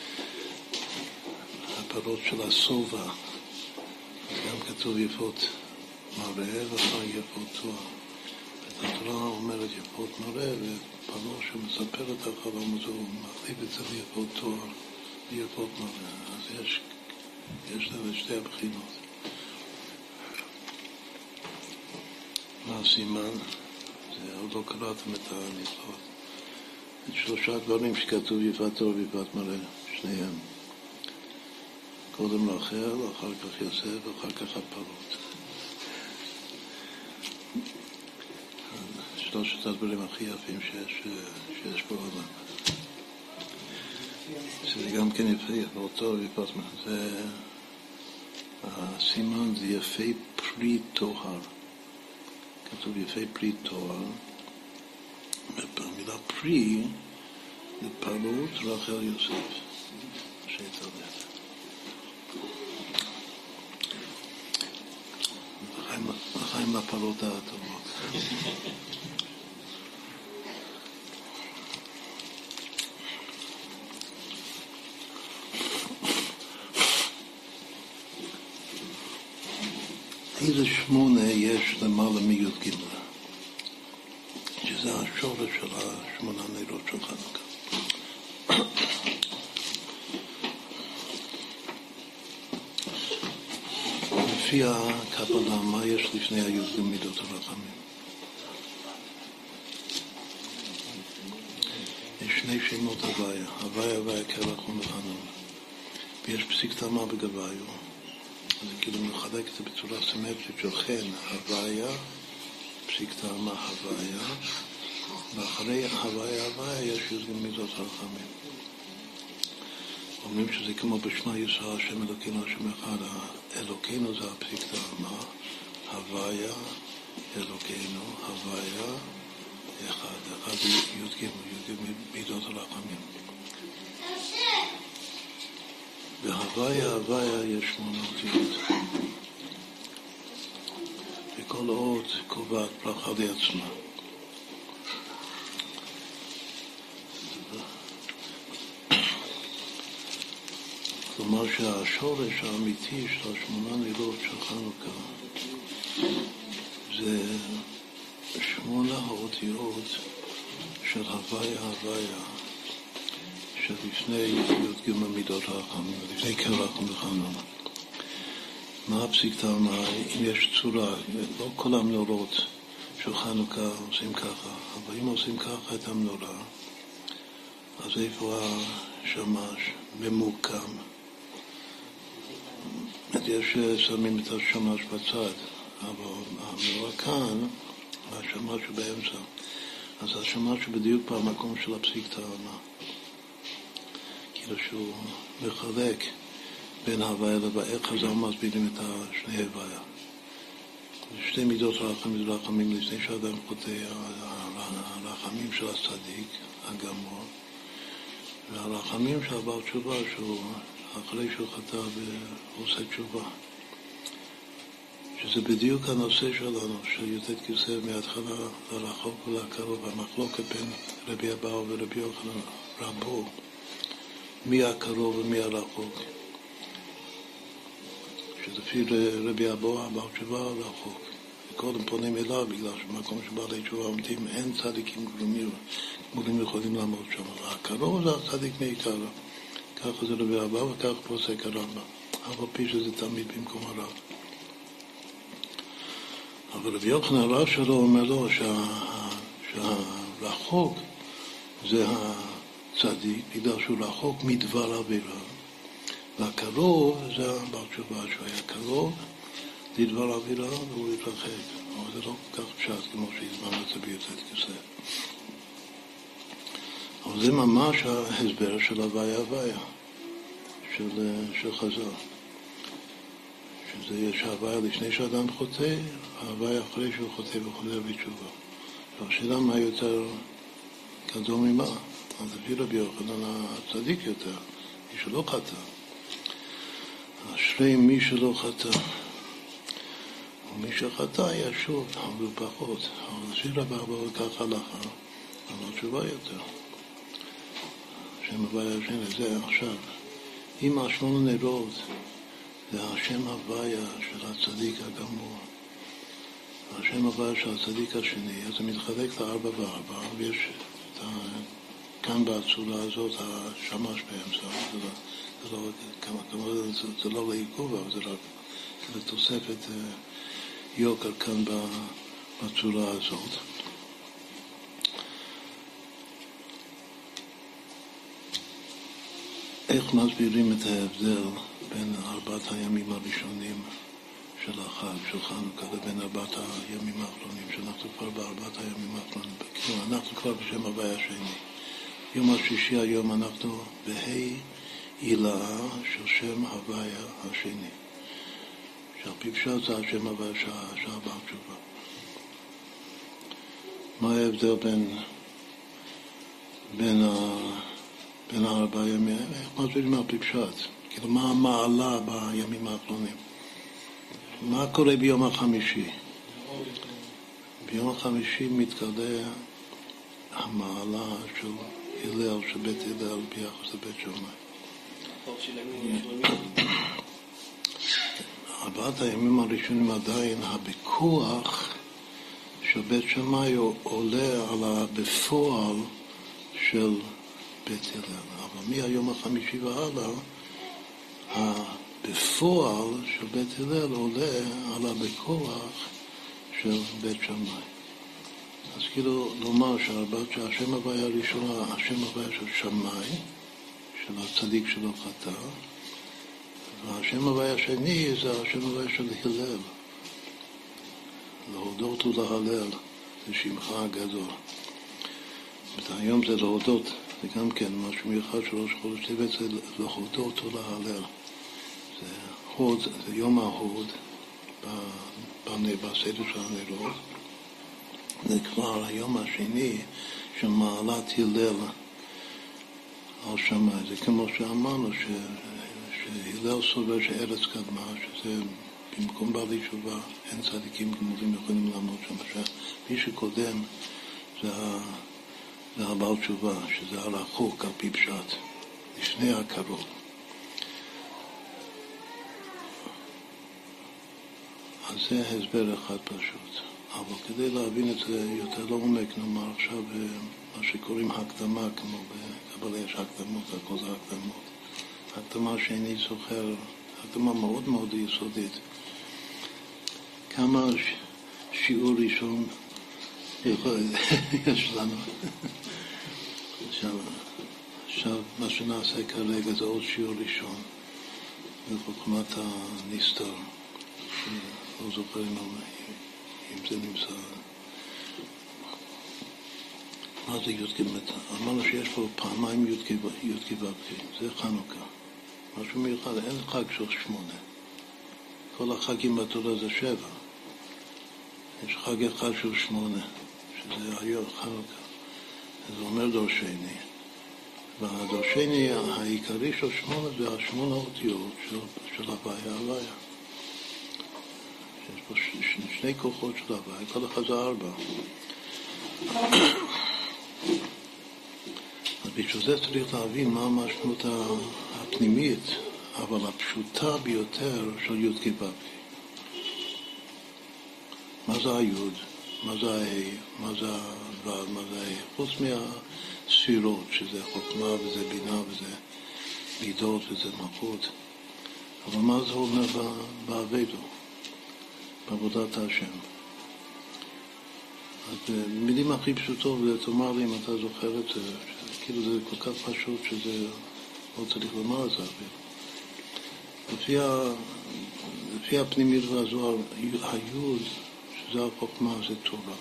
הפרות של הסובה, גם כתוב יפות מראה ואחר יפות תואר. התורה אומרת יפות מראה, ופרעה שמספר את החלום הזה, הוא מחליף את זה ליפות תואר ויפות מראה. אז יש, יש לזה שתי הבחינות. מה הסימן? זה עוד לא קראתם את המצוות. את שלושה דברים שכתוב יפת תואר ויפת מראה, שניהם. קודם רחל, אחר כך יוסף, אחר כך הפרות. שלושת הדברים הכי יפים שיש, שיש בעולם. שזה גם כן יפה, באותו ויפת מראה. זה, הסימן זה יפי פרי תואר. כתוב יפי פרי תואר. במילה פרי זה פרות רחל יוסף. שיתרדת. לחיים לפרות הטובות. איזה שמונה יש למעלה מיוד ג' שזה השורש של השמונה נרות של חנוכה. לפי הקבלה, מה יש לפני היוד ג' מידות הרחמים? יש שני שמות הוויה, הוויה הוויה כרח ומחנון, ויש פסיק תמה בגוויו. אז זה כאילו מחלק את זה בצורה סימטרית של חן, הוויה, פסיק תמה הוויה, ואחרי הוויה הוויה יש גם מידות הרחמים. אומרים שזה כמו בשמע ישראל, השם אלוקינו השם אחד, אלוקינו זה הפסיק תמה, הוויה, אלוקינו, הוויה, אחד, אחד זה יוד ג' יוד ג' מידות הרחמים. בהוויה, הוויה יש שמונה אותיות. וכל אות קובעת ברכה לעצמה. כלומר שהשורש האמיתי של השמונה נרות של חנוכה זה שמונה האותיות של הוויה, הוויה. שלפני יוד ג' מידות הרחמים, לפני כרח ומחנון. מה הפסיק תמה? אם יש צורה, לא כל המנורות של חנוכה עושים ככה, אבל אם עושים ככה את המנורה, אז איפה השמש ממוקם? אז יש שמים את השמש בצד, אבל המאור כאן, השמש שבאמצע. אז השמש שבדיוק במקום של הפסיק טענה. כאילו שהוא מחלק בין ההוויה לבאה, חז"ל מסבירים את שני ההוויה. שתי מידות רחמים ורחמים לפני שאדם חוטא, הרחמים של הצדיק, הגמור, והרחמים של הבעל תשובה, שהוא אחרי שהוא חטא ועושה תשובה. שזה בדיוק הנושא שלנו, של י"ט כסף מההתחלה לרחוק ולקרוב, המחלוקת בין רבי אבאו ורבי יוחנן רבו, מי הקרוב ומי הרחוק. שלפי רבי אבאו, הבעל תשובה רחוק. וקודם פונים אליו, בגלל שבמקום שבעלי תשובה עומדים, אין צדיקים גמורים, גמורים יכולים לעמוד שם. הקרוב זה הצדיק מעיקר. ככה זה רבי אבאו וכך פוסק הרמב"ם. אבל פי שזה תמיד במקום הרב. אבל רבי יוחנן הרב שלו אומר לו שה, שהרחוק זה הצדיק, בגלל שהוא רחוק מדבר עבירה. והקרוב זה הבעל תשובה, שהוא היה קרוב לדבר עבירה והוא התרחק. אבל זה לא כל כך פשט כמו שהזמנו את זה בי"ט כסף. אבל זה ממש ההסבר של הוויה הוויה, של, של חז"ל. שזה יש ההוויה לפני שאדם חוטא, ההוויה אחרי שהוא חוטא וחוזר בתשובה. והשאלה מה יותר גדול ממה? אז לפי רבי יוחנן הצדיק יותר, מי שלא חטא. אשרי מי שלא חטא. ומי שחטא ישוב, אבל פחות. אבל לפי רבי אבאו וכך הלכה, אבל תשובה יותר. השם הוויה השני, זה עכשיו. אם השמונה נרות, זה השם הוויה של הצדיק הגמור. השם הוויה של הצדיק השני, אז זה מתחלק לארבע וארבע, ויש את ה... כאן בצורה הזאת השמש באמצע. זה לא, זה לא, כמה, כמה, זה, זה לא לעיכוב, אבל זה רק לתוספת יוקר כאן בצורה הזאת. איך מסבירים את ההבדל בין ארבעת הימים הראשונים של החג, של חנוכה, לבין ארבעת הימים האחרונים, שאנחנו כבר בארבעת הימים האחרונים. כאילו, אנחנו כבר בשם הוויה השני. יום השישי היום אנחנו בהי עילאה של שם הוויה השני. שעל פי פשט זה השם הוויה של הבעל תשובה. מה ההבדל בין, בין ה... בין הארבעה ימים, איך מסבירים על פי פשט? כאילו, מה המעלה בימים האחרונים? מה קורה ביום החמישי? ביום החמישי מתגלה המעלה של הלל, של בית הלל ביחס לבית שמאי. ארבעת הימים הראשונים עדיין הביקוח של בית שמאי עולה על הבפועל של בית הלל. אבל מהיום החמישי והלאה, בפועל של בית הלל עולה על הבכוח של בית שמאי. אז כאילו לומר שהרבת שהשם הוויה הראשונה, השם הוויה של שמאי, של הצדיק שלו חטא, והשם הוויה השני זה השם הוויה של הלל. להודות ולהלל, זה שמך הגדול. היום זה להודות, זה גם כן משהו מיוחד של ראש חודש טבת, זה להודות ולהלל. זה הוד, זה יום ההוד בסדר של הנרות. זה כבר היום השני של מעלת הלל על שמאי. זה כמו שאמרנו ש, שהלל סובר שארץ קדמה, שזה במקום בעלי תשובה, אין צדיקים גמורים יכולים לעמוד שם. מי שקודם זה, זה הבעל תשובה, שזה הרחוק על פי פשט, לפני הקרוב. אז זה הסבר אחד פשוט. אבל כדי להבין את זה יותר לעומק, נאמר עכשיו מה שקוראים הקדמה, כמו בקבלה יש הקדמות, הכל זה הקדמות. הקדמה שאיני זוכר, הקדמה מאוד מאוד יסודית. כמה שיעור ראשון יש לנו. עכשיו, עכשיו מה שנעשה כרגע זה עוד שיעור ראשון. בחוכמת הנסתר, לא זוכר אם, אם זה נמצא. מה זה י"ק? אמרנו שיש פה פעמיים י"ק ו"ק, זה חנוכה. משהו מיוחד, אין חג של שמונה. כל החגים בתורה זה שבע. יש חג אחד של שמונה, שזה היום חנוכה. זה אומר דור שני. והדור שני העיקרי של שמונה זה השמונה אותיות של, של הוויה, הוויה. יש פה ש, שני כוחות של הוויה, כל אחד זה ארבע. אז בשביל זה צריך להבין מה המשמעות הפנימית, אבל הפשוטה ביותר של י' כ' ו'. מה זה היוד? מה זה ההי? מה זה הו'? מה זה ההי? חוץ מהספירות, שזה חוכמה וזה בינה וזה מידות וזה מלכות. אבל מה זה אומר בעבודתו? בעבודת השם. אז מילים הכי פשוטות, ותאמר לי אם אתה זוכר את זה, כאילו זה כל כך פשוט שזה לא צריך לומר את זה. לפי, ה... לפי הפנימית והזוהר, היוד, שזה החוכמה, זה תורה.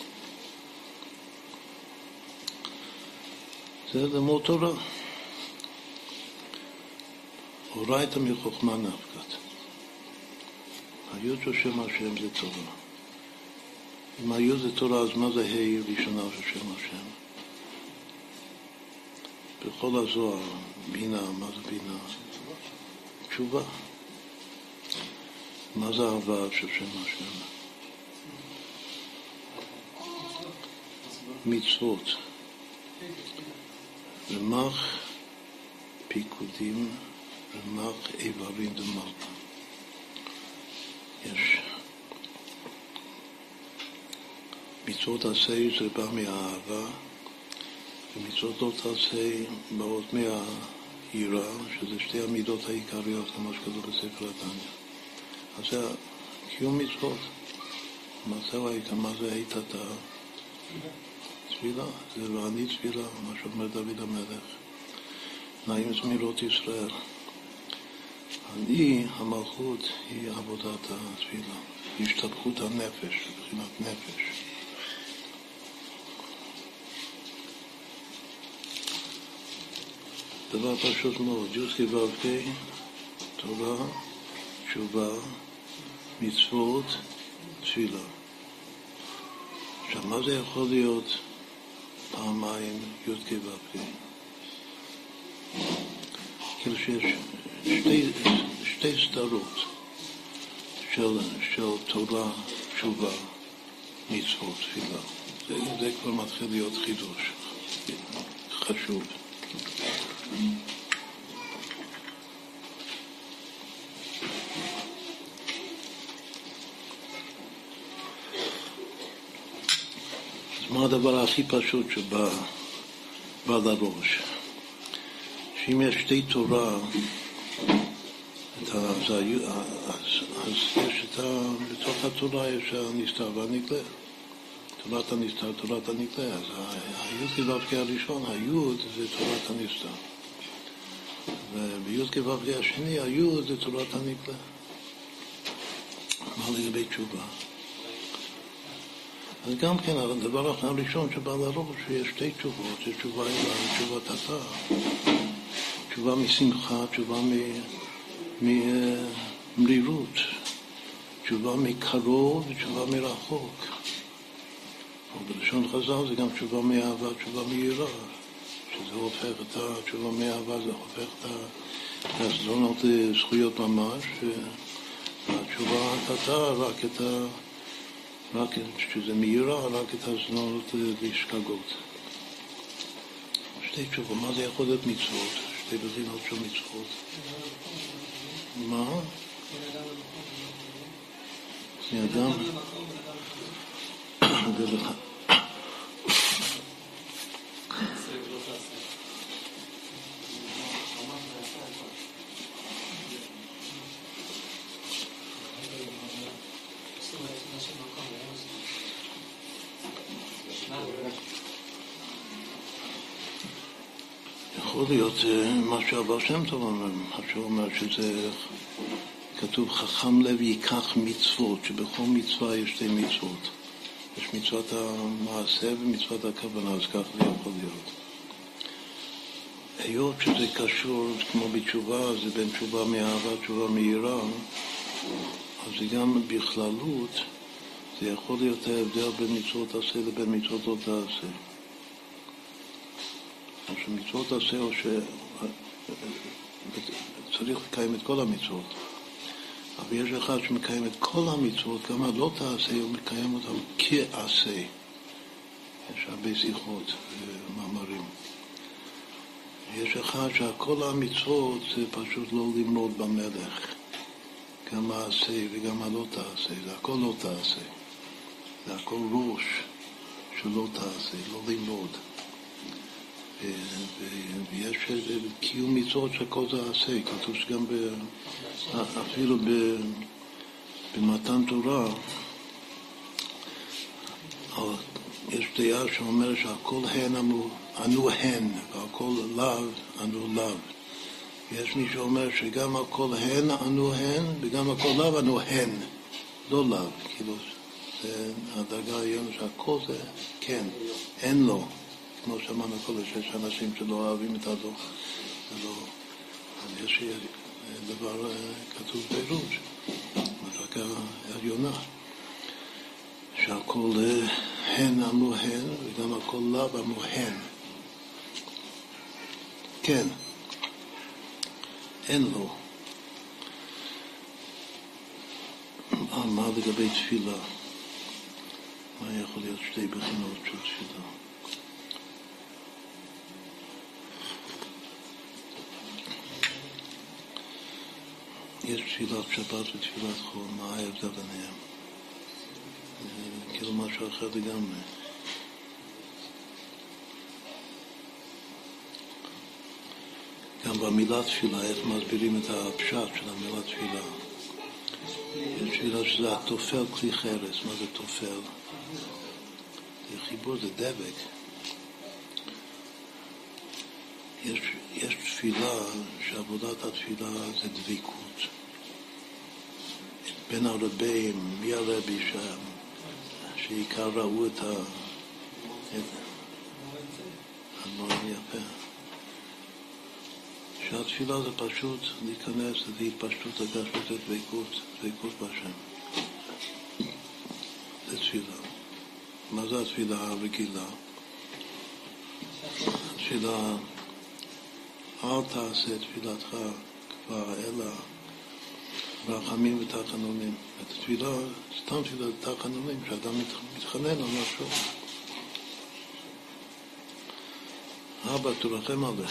זה למוד תורה. אורייתא מחוכמה נפקת. היוד של שם השם זה תורה. אם היוד זה תורה, אז מה זה ה' ראשונה של שם השם? בכל הזוהר, בינה, מה זה בינה? תשובה. מה זה הו' של שם השם? מצוות. רמ"ח פיקודים, רמ"ח איברים דמלכה. יש מצוות עשה זה בא מהאהבה, ומצוות לא תעשה באות מהיראה, שזה שתי המידות העיקריות, כמו שכתוב בספר התניא. אז זה קיום מצוות. מה זה היית? מה זה היית אתה? תפילה. זה ואני תפילה, מה שאומר דוד המלך. נעים זמירות ישראל. אני, המלכות, היא עבודת התפילה. השתפכות הנפש, מבחינת נפש. דבר פשוט מאוד, י' כ' ו' כ', תורה, תשובה, מצוות, תפילה. עכשיו, מה זה יכול להיות פעמיים י' כ' ו' כ'? כאילו שיש שתי, שתי סדרות של, של תורה, תשובה, מצוות, תפילה. זה, זה כבר מתחיל להיות חידוש חשוב. מה הדבר הכי פשוט שבא בא לראש? שאם יש שתי תורה, אז, אז יש את ה... בתוך התורה יש הנסתר והנגלה. תורת הנסתר, תורת הנגלה. אז היוד כו' הראשון, היוד זה תורת הנסתר. וביוד כו' השני, היוד זה תורת הנגלה. מה לגבי תשובה? אז גם כן, הדבר הראשון שבא לראש, שיש שתי תשובות, יש תשובה אלה ותשובה תתה. תשובה משמחה, תשובה ממרירות, תשובה מקרוב ותשובה מרחוק. ובלשון חז"ל זה גם תשובה מאהבה, תשובה מיראה, שזה הופך את התשובה מאהבה, זה הופך את הסדרונות לזכויות ממש, והתשובה התתה רק את ה... רק שזה מיראה, רק את הסדרונות לשגגות. שתי תשובות, מה זה יכול להיות מצוות? שתי בחינות של מצוות. מה? בני אדם? זה לך. יכול להיות מה שהבר שם טוב אומר, שהוא אומר שזה כתוב חכם לב ייקח מצוות, שבכל מצווה יש שתי מצוות. יש מצוות המעשה ומצוות הכוונה, אז כך זה יכול להיות. היות שזה קשור כמו בתשובה, זה בין תשובה מאהבה, תשובה מהירה, אז זה גם בכללות, זה יכול להיות ההבדל בין מצוות עשה לבין מצוות לא תעשה. אז שמצוות עשה או שצריך לקיים את כל המצוות. אבל יש אחד שמקיים את כל המצוות, גם הלא תעשה, הוא מקיים אותם כעשה. יש הרבה שיחות ומאמרים. יש אחד שכל המצוות זה פשוט לא למרוד במלך. גם מעשה וגם הלא תעשה, זה הכל לא תעשה. זה הכל ראש שלא תעשה, לא למרוד. ויש קיום מצוות שכל זה עשה, כתוב שגם אפילו במתן תורה יש דעה שאומר שהכל הן ענו הן והכל לאו ענו לאו. יש מי שאומר שגם הכל הן ענו הן וגם הכל לאו ענו הן, לא לאו, כאילו זה הדרגה היום שהכל זה כן, אין לו. כמו שאמרנו כל שיש אנשים שלא אוהבים את הדוח, ולא, יש דבר כתוב בראש, מדרגה עליונה, שהכל הן אמרו הן, וגם הכל לאו אמרו הן. כן, אין לו. מה לגבי תפילה? מה יכול להיות שתי בחינות של תפילה? יש תפילת שבת ותפילת חול, מה ההבדל ביניהם? כאילו משהו אחר לגמרי. גם במילה תפילה, איך מסבירים את הפשט של המילה תפילה? יש תפילה שזה התופל כלי חרס. מה זה תופל? זה חיבור, זה דבק. יש, יש תפילה שעבודת התפילה זה דביקות. בין הרבים, מי הרבי שם, שעיקר ראו את ה... הדברים יפה. שהתפילה זה פשוט להיכנס להתפשטות הגשמית ודבקות, דבקות בהשם. זה תפילה. מה זה התפילה הרגילה? התפילה אל תעשה תפילתך כבר אלא רחמים ותחנונים. את התפילה, סתם תפילה תחנונים, שאדם מתחנן על משהו. אבא, תרחם עליי.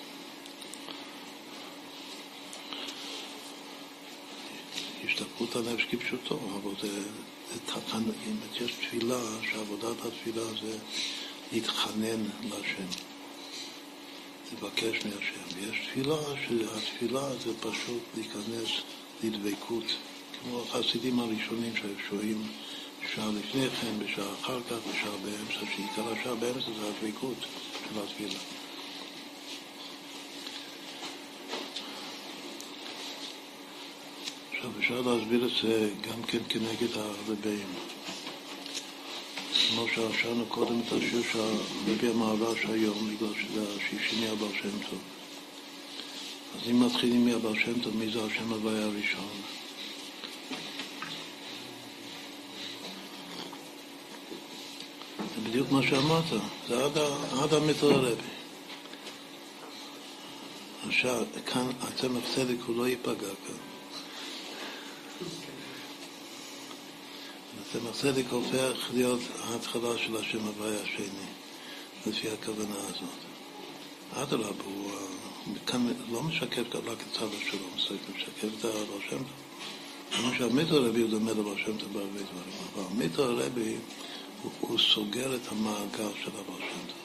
השתפרות הנפש כפשוטו, אבל זה, זה תחנונים. יש תפילה, שעבודת התפילה זה להתחנן להשם. לבקש מהשם. ויש תפילה, שהתפילה זה פשוט להיכנס לדבקות, כמו החסידים הראשונים ששוהים שעה לפני כן, בשעה אחר כך, בשעה באמצע, שעיקר השעה באמצע זה הדבקות של התפילה. עכשיו אפשר להסביר את זה גם כן כנגד הרבים. כמו שעשנו קודם את השיר שהרבי המהר"ש היום, בגלל שזה השישי מהבר שם טוב. אז אם מתחילים מהבר שם טוב, מי זה השם הוויה הראשון? זה בדיוק מה שאמרת, זה עד, עד המטר הרבי. עכשיו, כאן הצמח צדק הוא לא ייפגע כאן. הצמח צדק הופך להיות ההתחלה של השם הוויה השני, לפי הכוונה הזאת. אדרבה, הוא כאן לא משקף רק את צד השלום, הוא משקף את הבר שם טוב. כמו שהמיתר הרבי הוא דומה לבר שם טוב בהרבה דברים, אבל המיתר הרבי הוא, הוא סוגר את המעגל של הבר שם טוב.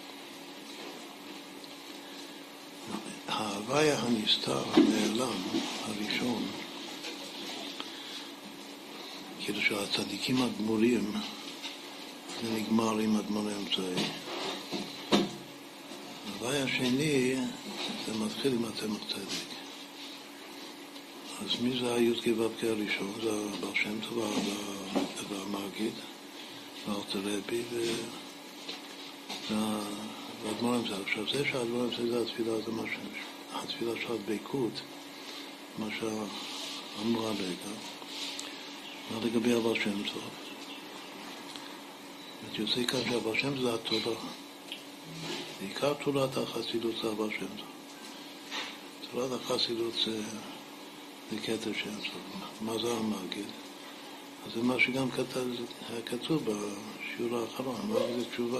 ההוויה הנסתר, הנעלם, הראשון, כאילו שהצדיקים הגמורים זה נגמר עם אדמו"ר האמצעי. ההוואי השני, זה מתחיל עם הצמח צדק. אז מי זה הי"ק ו"ק הראשון? זה הבעל שם טוב והמגיד, ואלתר רבי והאדמו"ר אמצע. עכשיו זה שהאדמו"ר אמצע זה התפילה, זה מה ש... התפילה של הדבקות, מה שאמרה רגע. מה לגבי הבעל שם טוב? יוצא כאן שהבעל שם זה התורה. בעיקר תורת החסידות זה הבעל שם טוב. תורת החסידות זה... זה כתר שם טוב. מה זה המגיד? אז זה מה שגם כתב, היה כתוב בשיעור האחרון, המגיד זה תשובה.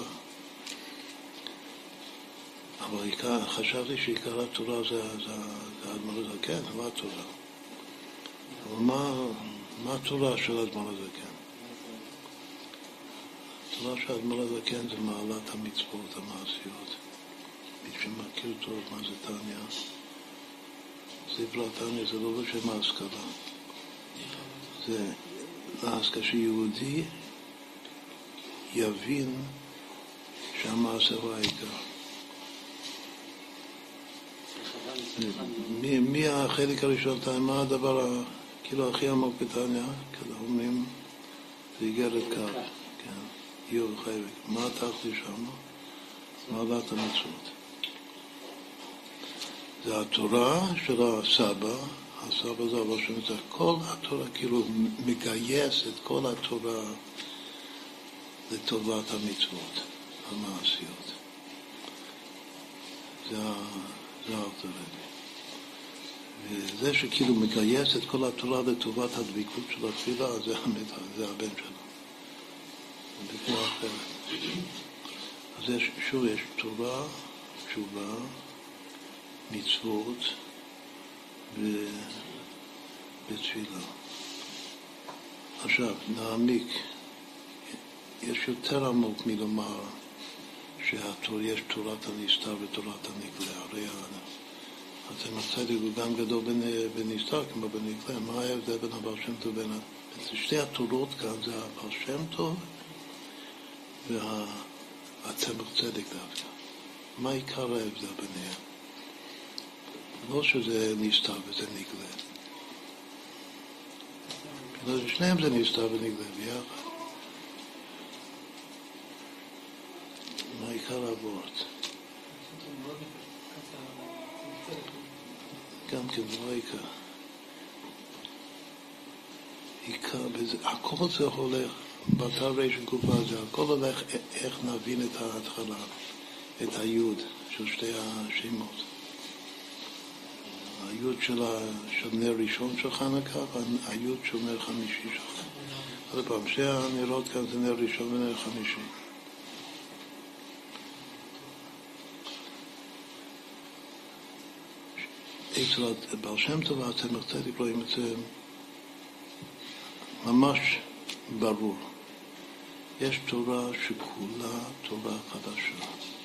אבל עיקר, חשבתי שעיקר התורה זה, זה, זה האדמו"ר הזקן, לא התורה. אבל מה, מה התורה של האדמו"ר הזקן? התורה של האדמו"ר הזקן זה מעלת המצוות המעשיות. מי שמכיר טוב מה זה תניא. ספר התניא זה לא בשם ההשכלה. זה להשכלה שיהודי יבין שהמעשה הוא העיקר. מי, מי החלק הראשון, מה הדבר כאילו הכי עמוק בתניא? כאילו אומרים, זה איגרת קו, כן, יור חייבק. מה תחתי שם? מעלת המצוות. זה התורה של הסבא, הסבא זה אבל שם, זה כל התורה, כאילו מגייס את כל התורה לטובת המצוות המעשיות. זה זה אלתר רבי. וזה שכאילו מגייס את כל התורה לטובת הדבקות של התפילה, זה, זה הבן שלו. זה כמו אחרת. אז יש, שוב יש תורה, תשובה, מצוות ותפילה. עכשיו, נעמיק. יש יותר עמוק מלומר שהתורה, יש תורת הנסתר ותורת הנגלה. הרי הצמח צדק הוא גם גדול בנסתר כמו בנגלה. מה ההבדל בין הבעל שם טוב ובין... שתי התורות כאן זה הבעל שם טוב והצמח צדק דווקא. מה עיקר ההבדל ביניהם? לא שזה נסתר וזה נגלה. שניהם זה נסתר ונגלה ביחד. מה עיקר הוורט? גם כן, לא עיקר. עיקר, הכל זה הולך, בתר רש גופה זה, הכל הולך איך נבין את ההתחלה, את היוד של שתי השמות. היוד של, של נר ראשון של חנוכה, והיוד של נר חמישי של חנוכה. עוד פעם, שתי הנרות כאן זה נר ראשון ונר חמישי. אצל הבעל שם טוב והצמח צדק רואים את זה ממש ברור. יש תורה שכולה תורה חדשה.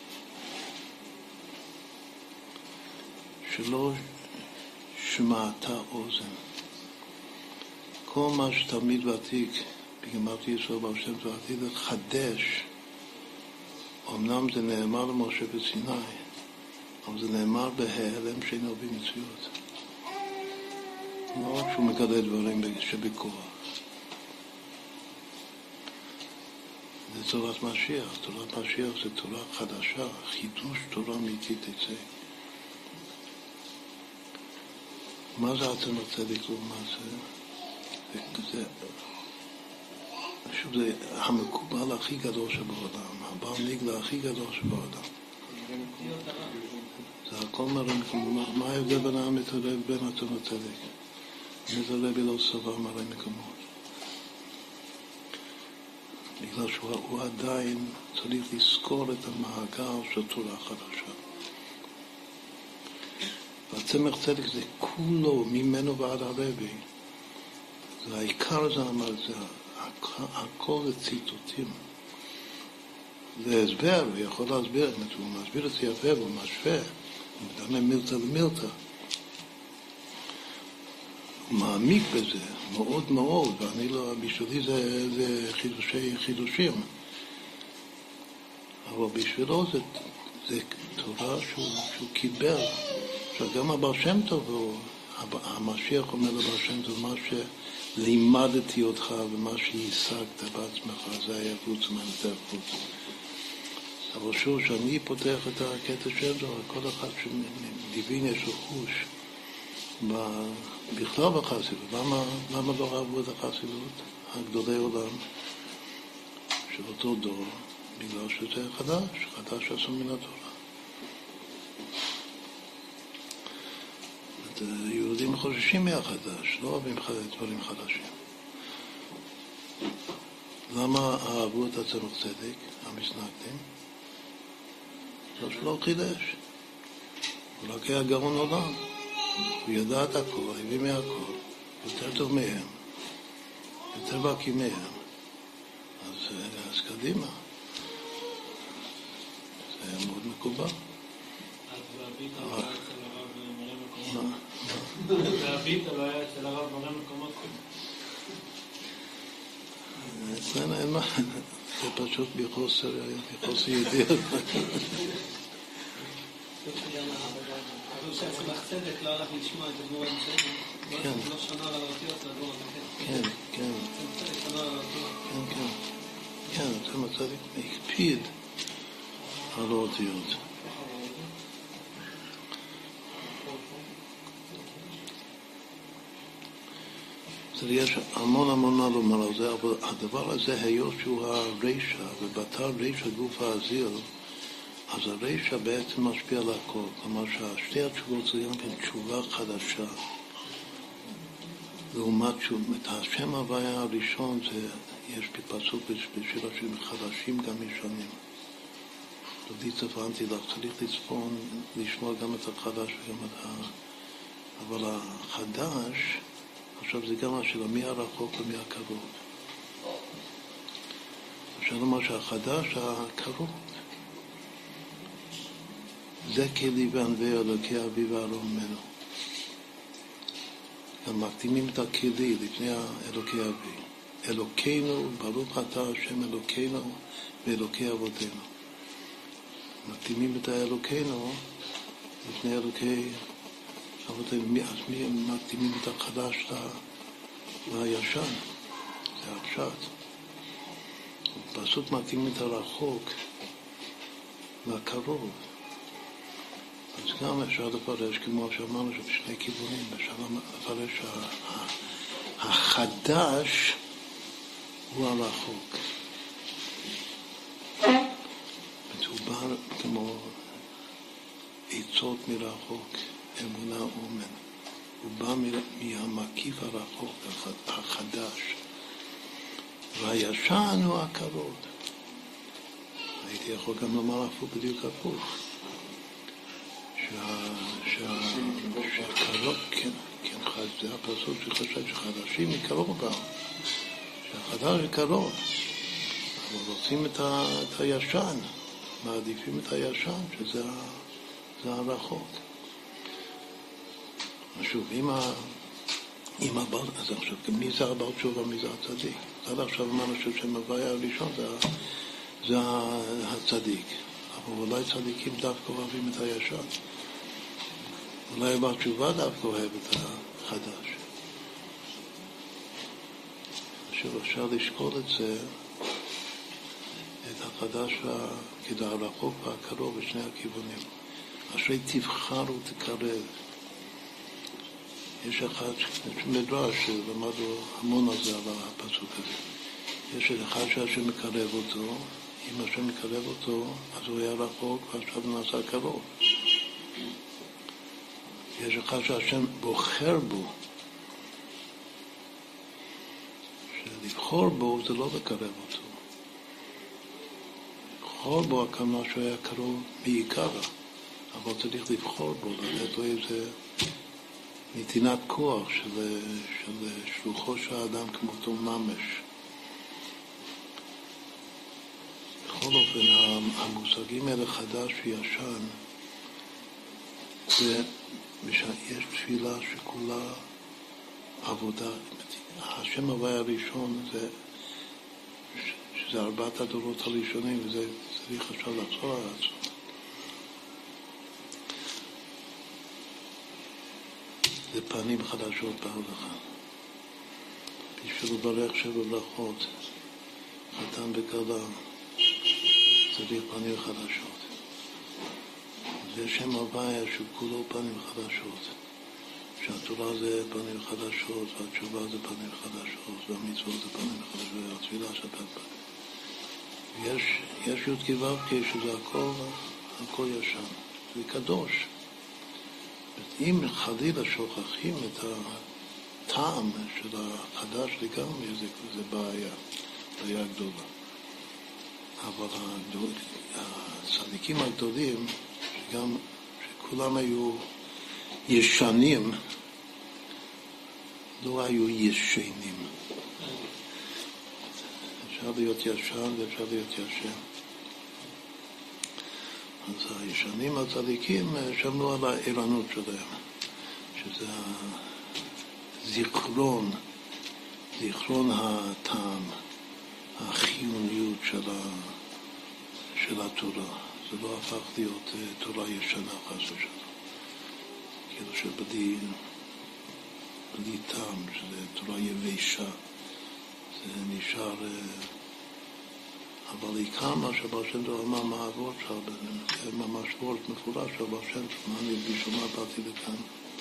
שלא שמעתה אוזן. כל מה שתלמיד ותיק בגמרא ישראל בעל שם טוב עתיד לחדש, אמנם זה נאמר למשה בסיני, אבל זה נאמר בהיעלם שאינו במציאות. לא רק שהוא מגלה דברים שבכוח. זה תורת משיח. תורת משיח זה תורה חדשה, חידוש תורה אמיתי תצא. מה זה הצמח צדק לעומת זה? זה, שוב, זה המקובל הכי גדול שבעולם, הבעל נגלה הכי גדול שבעולם. זה הכל מראים כמו, מה ההבדל בין המתערב בין הצמח צדק? המתערב לא סבר מראים מקומות. בגלל שהוא עדיין צריך לזכור את המעגל של תורה חדשה. והצמח צדק זה כולו ממנו ועד הרבי. זה העיקר זה אמר, זה הכל זה ציטוטים. זה הסבר, הוא יכול להסביר, הוא מסביר את זה יפה, הוא משווה, הוא מדמה מילתא למילתא. הוא מעמיק בזה, מאוד מאוד, ואני לא, בשבילי זה, זה חידושי חידושים. אבל בשבילו זה, זה תורה שהוא, שהוא קיבל. עכשיו גם הבעל שם טוב, הוא, המשיח אומר לבעל שם טוב, מה שלימדתי אותך ומה שהשגת בעצמך, זה היה חוץ מהנתר חוץ. אבל שוב, שאני פותח את הקטע שלו, כל אחד שדיבין יש לו חוש בכלל בחסידות. למה, למה לא אהבו את החסידות? הגדולי עולם של אותו דור, בגלל שזה חדש, חדש עשו מן התורה. יהודים חוששים מהחדש, לא אוהבים דברים חדשים. למה אהבו את הצמח צדק, המסנגדים? לא שלא חידש. הוא רק היה גאון עולם. הוא ידע את הכל, הביא מהכל, יותר טוב מהם, יותר בקיא מהם. אז, אז קדימה. זה היה מאוד מקובל. והביטה לא היה אצל הרב מלא מקומות. אצלנו אין מה, זה פשוט בחוסר, בחוסר ידיעות. אבל שהצמח צדק לא הלך לשמוע את הדבור המשני, לא שנה על האותיות לדבור הזה. כן, כן. הצמח צדק שנה על האותיות. כן, כן. כן, הצמח צדק הקפיד על האותיות. יש המון המון מה לומר על זה, אבל הדבר הזה היות שהוא הרשע, ובתר רשע גוף האזיל, אז הרשע בעצם משפיע על הכל. כלומר ששתי התשובות זה גם כן תשובה חדשה. לעומת את השם הוויה הראשון, זה, יש בפסוק בשביל השם חדשים גם ישנים. לא צפנתי לך, צריך לצפון, לשמוע גם את החדש וגם את ה... אבל החדש, עכשיו זה גם השאלה, מי הרחוק ומי הקרוב. אפשר לומר שהחדש, הקרוב, זה כלי וענבי אלוקי אבי וארון ממנו. גם מקדימים את הכלי לפני אלוקי אבי. אלוקינו, ברוך אתה השם אלוקינו ואלוקי אבותינו. מקדימים את האלוקינו לפני אלוקי אבותינו. אז מי מקדימים את החדש לישן? זה הפשט. פשוט מקדימים את הרחוק לקרוב. אז גם אפשר לפרש, כמו שאמרנו, שבשני כיוונים, אפשר לפרש שהחדש הוא הרחוק. מדובר כמו עצות מרחוק, אמונה אומן. הוא בא מהמקיף הרחוק, החדש. והישן הוא הקרוב. הייתי יכול גם לומר הפוך, בדיוק הפוך. שהקרוב, כן, כן, זה הפסוק שחשב שחדשים מקרוב בא. שהחדש זה קרוב. אבל רוצים את הישן, מעדיפים את הישן, שזה הרחוק. שוב, אם הבעל, אז עכשיו, מי זה הבעל תשובה, מי זה הצדיק? עד עכשיו אמרנו ששם הוויה הראשון זה הצדיק. אבל אולי צדיקים דווקא אוהבים את הישן. אולי הבעל תשובה דווקא אוהב את החדש. שוב, אפשר לשקול את זה, את החדש כדי הרחוק והקרוב בשני הכיוונים. אשרי תבחר ותקרב. יש אחד, יש מדרש שלמדו המון על זה, על הפסוק הזה. יש אחד שהשם מקרב אותו, אם השם מקרב אותו, אז הוא היה רחוק ועכשיו הוא נעשה קרוב. יש אחד שהשם בוחר בו, שלבחור בו זה לא לקרב אותו. לבחור בו הכוונה שהוא היה קרוב בעיקר, אבל צריך לבחור בו, לתת לו איזה נתינת כוח של, של שלוחו של האדם כמותו ממש. בכל אופן, המושגים האלה חדש וישן, זה, יש תפילה שכולה עבודה. השם הוויה הראשון, זה, שזה ארבעת הדורות הראשונים, וזה צריך עכשיו לחזור על עצמו. זה פנים חדשות בהלכה. בשביל לברך שבע ברכות, חתן וכלה, צריך פנים חדשות. זה שם הוויה שכולו פנים חדשות. שהתורה זה פנים חדשות, והתשובה זה פנים חדשות, והמצוות זה פנים חדשות, והתפילה שבת פנים. יש, יש י' כ' ו' כ' שזה הכל, הכל ישן. זה קדוש. אם חלילה שוכחים את הטעם של החדש לגמרי, זה, זה בעיה, בעיה גדולה. אבל הגדול, הצדיקים הגדולים, שגם שכולם היו ישנים, לא היו ישנים. אפשר להיות ישן ואפשר להיות ישן. אז הישנים הצדיקים שמנו על הערנות שלהם, שזה הזיכרון, זיכרון הטעם, החיוניות של, ה, של התורה. זה לא הפך להיות תורה ישנה חס ושלום. כאילו שבדי בלי טעם, שזה תורה יבשה, זה נשאר, אבל עיקר מה שבעל שם טוב אמר מהעבוד שם, זה ממש וורט מפורש של בעל שם טוב, אני בשביל מה באתי לכאן?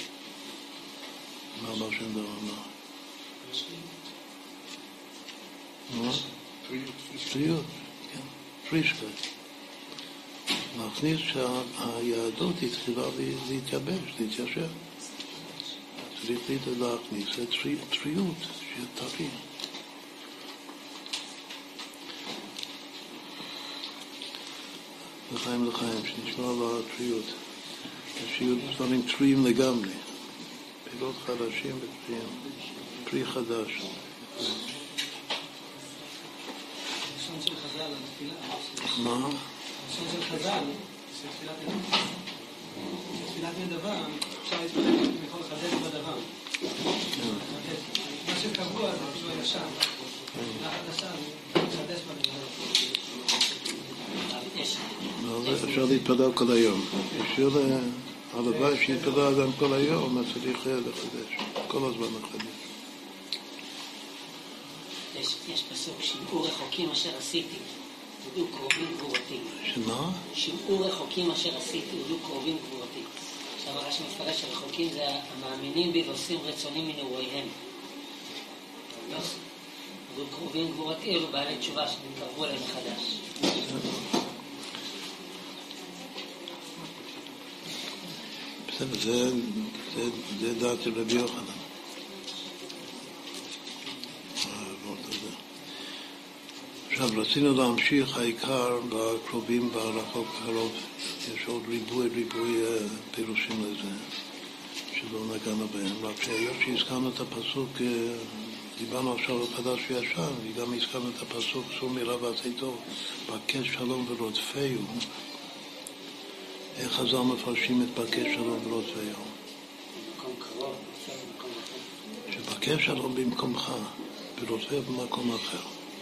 מה בעל שם טוב אמר? מה? פריות, כן, פרישקט. להכניס שהיהדות התחילה להתייבש, להתיישב. צריך להכניס את טריות, שיהיה טרי. לחיים לחיים, שנשמע על הטריות. שיהיו דברים טריים לגמרי. פירות חדשים וטריים. פרי חדש. מה? השם של חז"ל, של תפילת נדבה. תפילת נדבה, אפשר יכול לחדש בדבר. מה שקבוע זה כאילו הישן. תפילה חדשה, לחדש בדבר. אפשר להתפלל כל היום. בשביל הלוואי שיתפלל אדם כל היום, אז צריך לחדש. כל הזמן לחדש. יש פסוק, שמעו רחוקים אשר עשיתי. הודו קרובים גבורתי. שמה? שמעו רחוקים אשר עשיתי, הודו קרובים גבורתי. עכשיו הרש"י מפרש שרחוקים זה המאמינים בי ועושים רצונים מנעוריהם. הודו קרובים גבורתי, אלו בעלי תשובה שנתקרבו אליהם מחדש. בסדר, זה דעת של רבי יוחנן. עכשיו, רצינו להמשיך העיקר בקרובים, ברחוק קרוב. יש עוד ריבוי, ריבוי פירושים לזה, שלא נגענו בהם. רק שהיות שהזכרנו את הפסוק, דיברנו עכשיו על חדש וישן, וגם הזכרנו את הפסוק, סור מרע ועשה טוב, בקש שלום ורודפהו. איך חז"ל מפרשים את בקש שלום ורודפהו? במקום קרוב, במקום אחר. שבקש שלום במקומך, ורודפהו במקום אחר.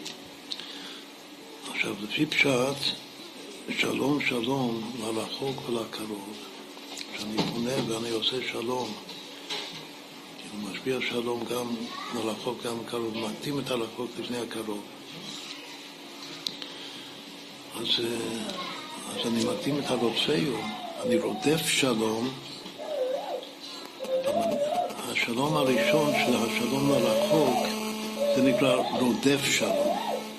עכשיו, לפי פשט, שלום שלום לרחוק ולקרוב. כשאני פונה ואני עושה שלום, כאילו משפיע שלום גם לרחוק גם לקרוב, מקדים את הרחוק לפני הקרוב. אז, אז אני מקדים את הרודפהו, אני רודף שלום. השלום הראשון של השלום לרחוק, זה נקרא רודף שלום.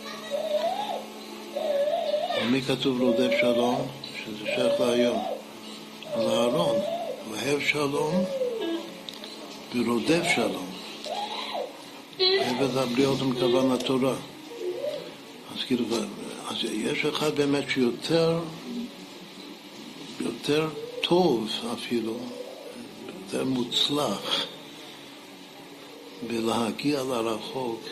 מי כתוב רודף שלום? שזה שייך להיום. על הארון. אוהב שלום ורודף שלום. אוהב את הבריות מכוון לתורה. אז כאילו, אז יש אחד באמת שיותר, יותר טוב אפילו, יותר מוצלח בלהגיע לרחוק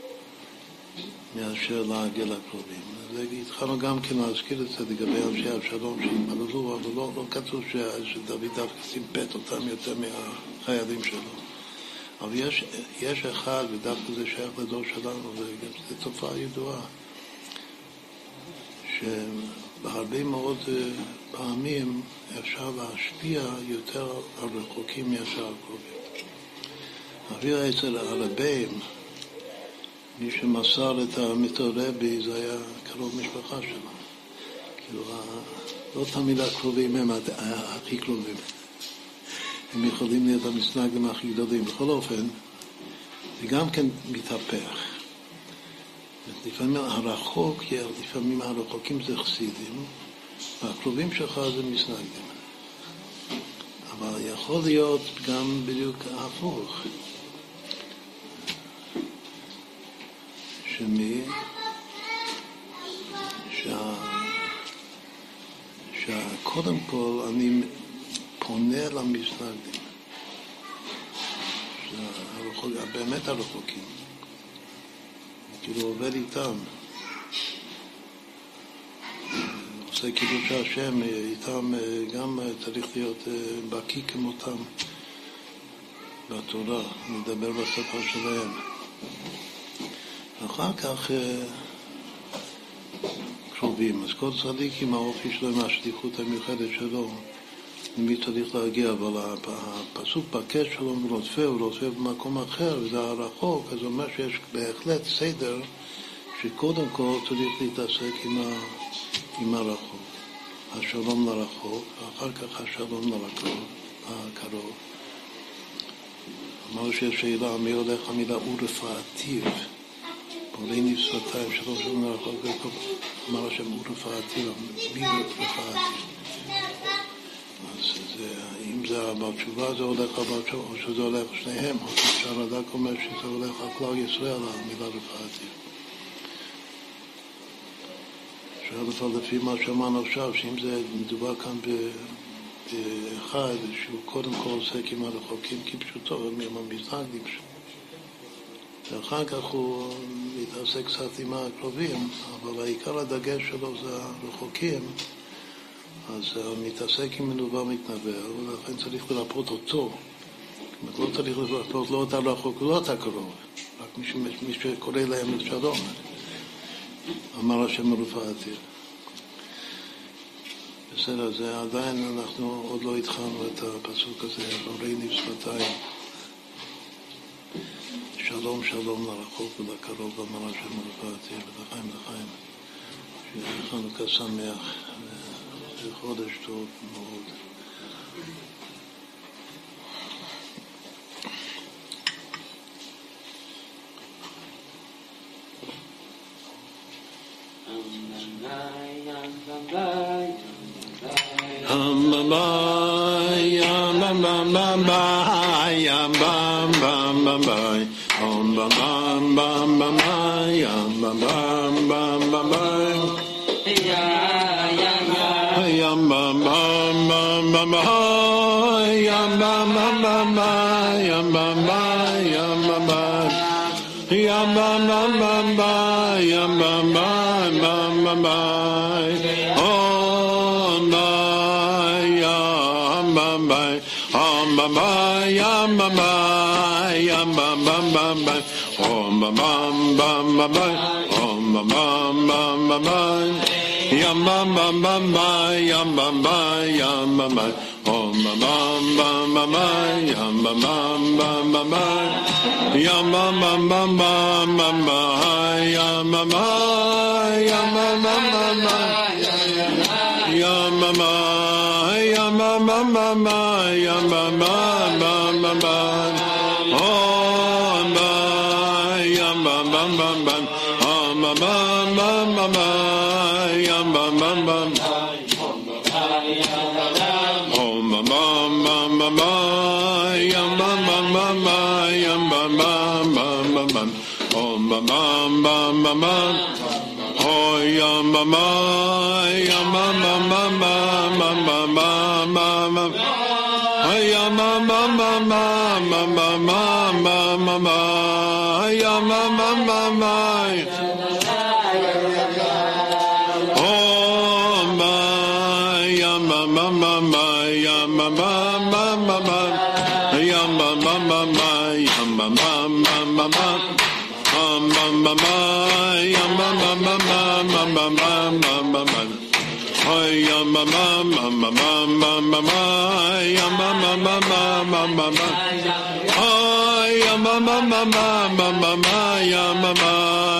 מאשר להגיע לקרובים. התחלנו גם כן להזכיר את זה לגבי אנשי השלום שהתפללו, אבל לא, לא כתוב שדוד דווקא סימפט אותם יותר מהחיילים שלו. אבל יש, יש אחד, ודווקא זה שייך לדור שלנו, וזו תופעה ידועה, שבהרבה מאוד פעמים אפשר להשפיע יותר על רחוקים מאשר על קרובים. אוויר אצל הרבים, מי שמסר את המתרבי זה היה קרוב משפחה שלו. כאילו, לא תמיד הקרובים הם הכי קרובים. הם יכולים להיות המסנגדים הכי גדולים. בכל אופן, זה גם כן מתהפך. לפעמים הרחוק, לפעמים הרחוקים זה חסידים, והקרובים שלך זה מסנגדים. אבל יכול להיות גם בדיוק הפוך. שמי? שה... שקודם כל אני פונה למסנגדים. שהרחוק, באמת הרחוקים. כאילו עובד איתם. עושה קידוש השם, איתם גם צריך להיות בקיא כמותם בתורה, נדבר בשפה שלהם. אחר כך קרובים, אז כל צדיק עם האופי שלו, עם השליחות המיוחדת שלו, מי צריך להגיע, אבל הפסוק בקש שלו הוא רודפה, הוא רודפה במקום אחר, וזה הרחוק, אז הוא אומר שיש בהחלט סדר שקודם כל צריך להתעסק עם, ה, עם הרחוק, השלום לרחוק, ואחר כך השלום לרחוק, הקרוב. אמרנו שיש שאלה, מי הולך המילה ורפאתיו? פוליני שפתיים שלוש שלום לרחוק, אמר השם ורפאתיו, מי ורפאתיו? אז זה, אם זה בתשובה זה הולך בתשובה, או שזה הולך שניהם, או שהרד"ק אומר שזה הולך על כלל ישראל, על מילה רפאתיו. שאלה לפי מה שאמרנו עכשיו, שאם זה מדובר כאן באחד, שהוא קודם כל עוסק עם הרחוקים כפשוטו, עם המסנגדים שלו. ואחר כך הוא מתעסק קצת עם הקרובים, אבל העיקר הדגש שלו זה הרחוקים, אז הוא מתעסק עם מנובר מתנבר, ולכן צריך לרפות אותו. זאת אומרת, לא צריך לרפות לא את הרחוק ולא את הקרוב, רק מי שקורא להם לשלום. אמר השם רפאתי. בסדר, זה עדיין אנחנו עוד לא התחלנו את הפסוק הזה, הוריני שפתיים. שלום שלום לרחוק ולקרוב, אמר השם רפאתי, ולחיים לחיים. שיהיה חנוכה שמח, זה חודש טוב מאוד. Hum bum bye, yum bum bum bum bye, yum bum bum bum bye, hum bum bum bum bum bye, yum bum bum bum bum bye, yum bum bum bum bum bye, yum bum bum bum bye, yum bum bye, yum bum bye, yum bum bum bum bye, yum bum bum bum bum bye, oh bye, yum bum bye, hum bum bye, yum bum bye, yum bum bum bum bye, hum bum bum bum bum bye, hum bum bum bum bum bye, yum bum bum bum bye, yum bum bye, yum bum bye, hum bum bum bum bum bye, yum bum bum bum bum bye, yum bum bum bum bum bum bye, yum bum bye, yum bum bum bum bye, yum bum bye, yum bum bum bum bye, yum bum bum bum bum bye, oh bye, yum bum bum bum bum, hum bum bum bum bum bye, yum bum bum bum, hum bum bum bum bum bye, yum bum bum bum bye, yum bum bum bum bum bum, hum bum bum bum bum bum, oh yum bum bye, yum bum bum bum bum bum bum bum bum, oh yum bum bum bum bum bum bum bum bum bum, yum bum bum bum bye, oh bye, yum bum bum bum bye, yum bum bum bum bum bum, yum bum bum bum bye, yum bum bum bum bum bum, hum bum bum bye, yum bum bum bum bum bum bum bum bum bum, oh yum bum bum bum bum bum bum bum, yum bum bum bum bum bum bum, oh ya ma ma ma ma ma ma ma ya ma ma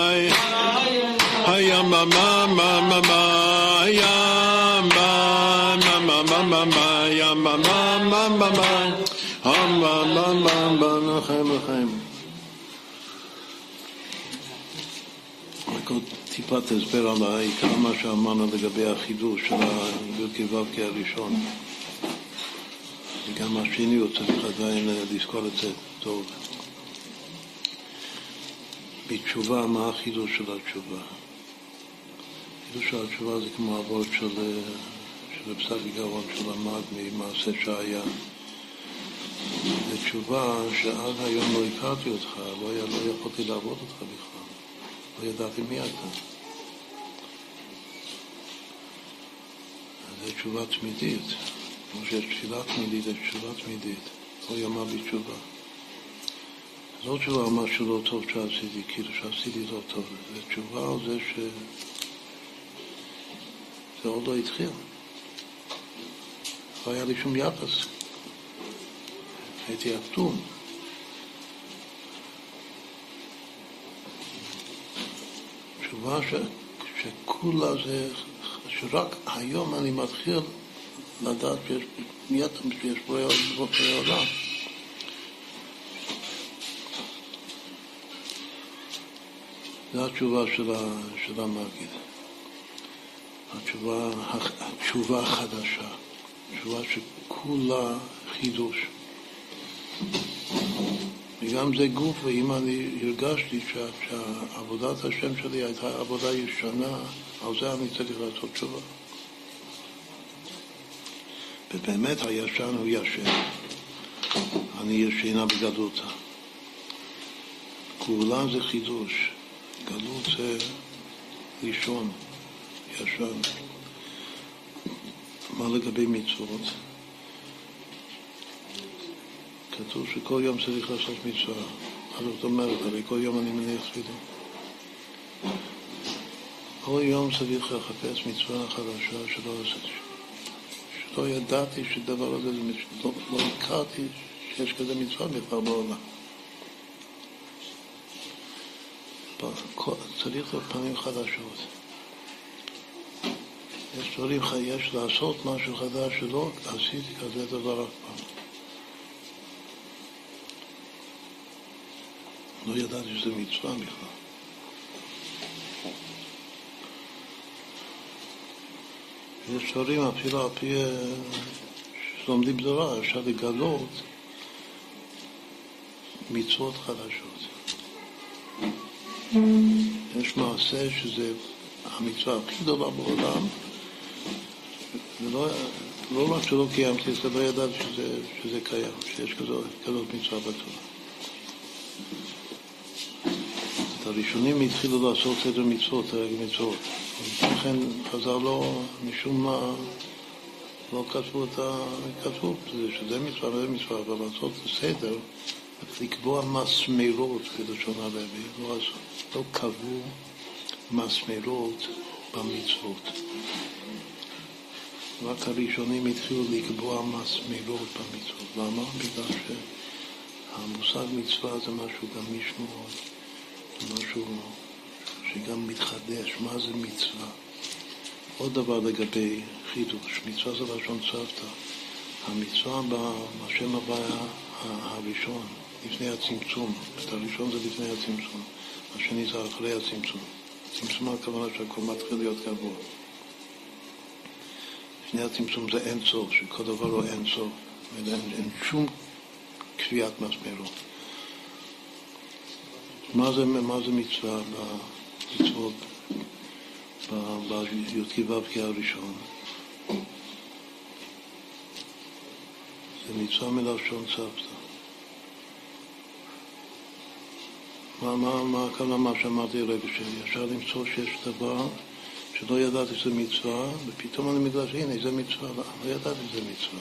ya ma ma ma ma ma ya ma ma ma ma ma ma ya ma ma ma ma ma ha ma ma ma ma לחיים לחיים. רק עוד טיפת הסבר על העיקר מה שאמרנו לגבי החידוש של י"ק ו"ק הראשון. וגם השני הוא צריך עדיין לזכור את זה טוב. בתשובה, מה החידוש של התשובה? החידוש של התשובה זה כמו אבות של, של פסק גאון שלמד ממעשה שהיה. זה תשובה שעד היום לא הכרתי אותך, לא, היה, לא יכולתי לעבוד אותך בכלל. לא ידעתי מי אתה. זה תשובה תמידית. כמו שיש תפילה תמידית, יש תשובה תמידית. כל ימה בתשובה. זו תשובה על משהו לא טוב שעשיתי, כאילו שעשיתי לא טוב. זה תשובה על זה ש... זה עוד לא התחיל. לא היה לי שום יחס. הייתי אטום. תשובה ש... שכולה זה... שרק היום אני מתחיל לדעת שיש מיד שיש בו עולם. זו התשובה של, ה... של המגיד. התשובה, התשובה החדשה. תשובה שכולה חידוש. וגם זה גוף, ואם אני הרגשתי שה... שהעבודת השם שלי הייתה עבודה ישנה, על זה אני צריך לעשות תשובה. ובאמת הישן הוא ישן. אני ישנה בגדולתה. גאולה זה חידוש. גלות זה ראשון, ישן. מה לגבי מצוות? כתוב שכל יום צריך לעשות מצווה. אז זאת אומרת, הרי כל יום אני מניח תפילין. כל יום צריך לחפש מצווה חדשה שלא עשיתי. שלא ידעתי שדבר הזה זה מצווה. לא, לא הכרתי שיש כזה מצווה בכלל בעולם. צריך לפנים חדשות. יש דברים יש לעשות משהו חדש שלא עשיתי כזה דבר אף פעם. לא ידעתי שזה מצווה בכלל. יש דברים אפילו על פי שלומדים תורה, אפשר לגלות מצוות חדשות. יש מעשה שזה המצווה הכי גדולה בעולם, ולא לא רק שלא קיימתי, זה לא ידעתי שזה, שזה קיים, שיש כזאת, כזאת מצווה בתורה. את הראשונים התחילו לעשות סדר מצוות, הרגע מצוות. לכן חז"ל לא, משום מה, לא כתבו את ה... כתבו שזה מצווה, זה מצווה, אבל לעשות סדר, לקבוע מסמרות בלשון הרבי, לא, לא קבעו מסמרות במצוות. רק הראשונים התחילו לקבוע מסמרות במצוות. למה? בגלל שהמושג מצווה זה משהו גמיש מאוד, זה משהו שגם מתחדש. מה זה מצווה? עוד דבר לגבי חידוש, מצווה זה לשון צוותא. המצווה בשם הבא הראשון, לפני הצמצום. את הראשון זה לפני הצמצום, השני זה אחרי הצמצום. צמצום הכוונה שהכל מתחיל להיות קבוע. לפני הצמצום זה אין סוף, שכל דבר הוא אין סוף. אין, אין שום קביעת מסמרות. מה זה, מה זה מצווה במצוות, בי"ק ו"ק הראשון? זה מצווה מלשון צוותא. מה, מה, מה הכוונה מה שאמרתי רגע שלי? אפשר למצוא שיש דבר שלא ידעתי שזה מצווה, ופתאום אני מגלה שהנה זה מצווה, לא ידעתי שזה מצווה.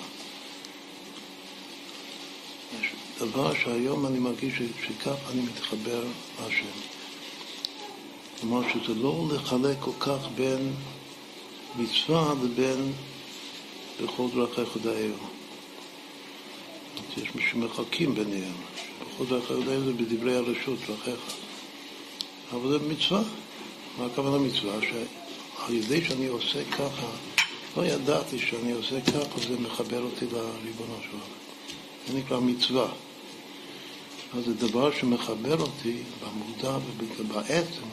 יש דבר שהיום אני מרגיש שכך אני מתחבר להשם. כלומר שזה לא לחלק כל כך בין מצווה לבין בכל דרכי חודאיהו. יש משהו מחלקים ביניהם. חוד החרדי זה בדברי הרשות, דרכיך. אבל זה מצווה. מה הכוונה מצווה? שעל ידי שאני עושה ככה, לא ידעתי שאני עושה ככה, זה מחבר אותי לריבונו של עולם. זה נקרא מצווה. אז זה דבר שמחבר אותי במודע ובעצם,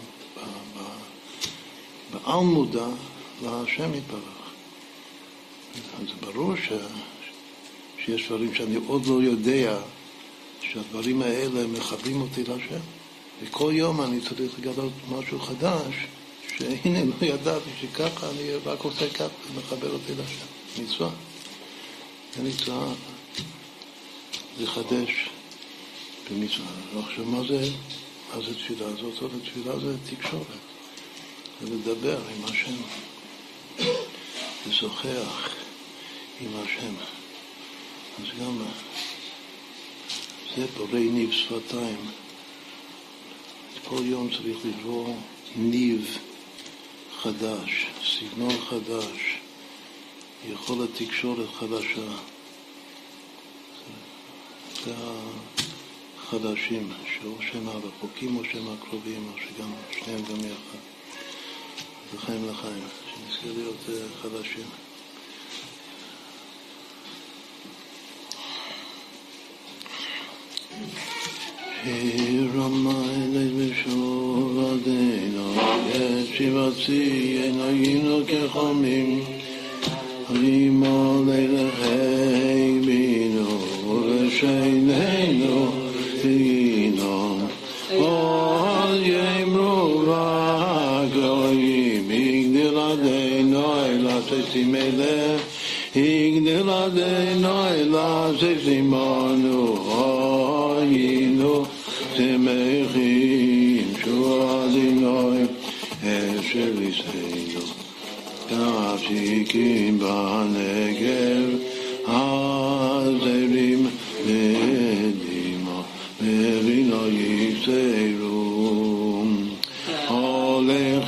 בעל מודע, להשם יתברך. אז זה ברור ש... שיש דברים שאני עוד לא יודע, שהדברים האלה מחברים אותי להשם. וכל יום אני צריך לגלות משהו חדש, שהנה לא ידעתי שככה אני רק עושה ככה, זה מחבר אותי להשם. מצווה. זה מצווה לחדש במצווה. עכשיו, מה זה, מה זה תפילה? זאת אומרת, תפילה זה תקשורת. זה לדבר עם השם. לשוחח עם השם. אז גם זה פורי ניב שפתיים. כל יום צריך לברוא ניב חדש, סגנון חדש, יכולת תקשורת חדשה. זה החדשים, שאו שהם הרחוקים או שהם הקרובים, או שגם שניהם גם יחד. לחיים לחיים, שנזכיר להיות חדשים. רמאי בשור עדינו, ישיבתי היינו כחומים, רימו ללכי בינו, ושיננו תהינו, עוד יאמרו רגויים, יגדל עדינו אלה שתימלך, יגדל עדינו אלה שתימנו, היינו שמחים שועדינו אשר יסיינו תפסיקים בנגב הזרים לדימה מבינו יסיירו הולך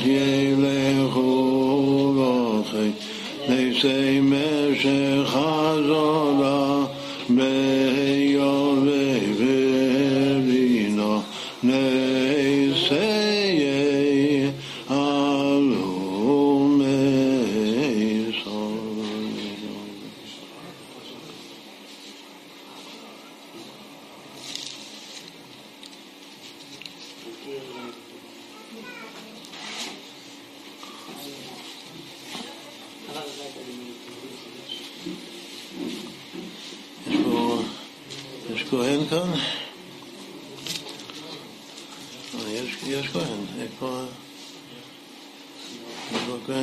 ילכו לכי נסי משך חזרה ביובי ובינו נסי עלו מסור. יש כהן כאן? יש, יש כהן, איפה...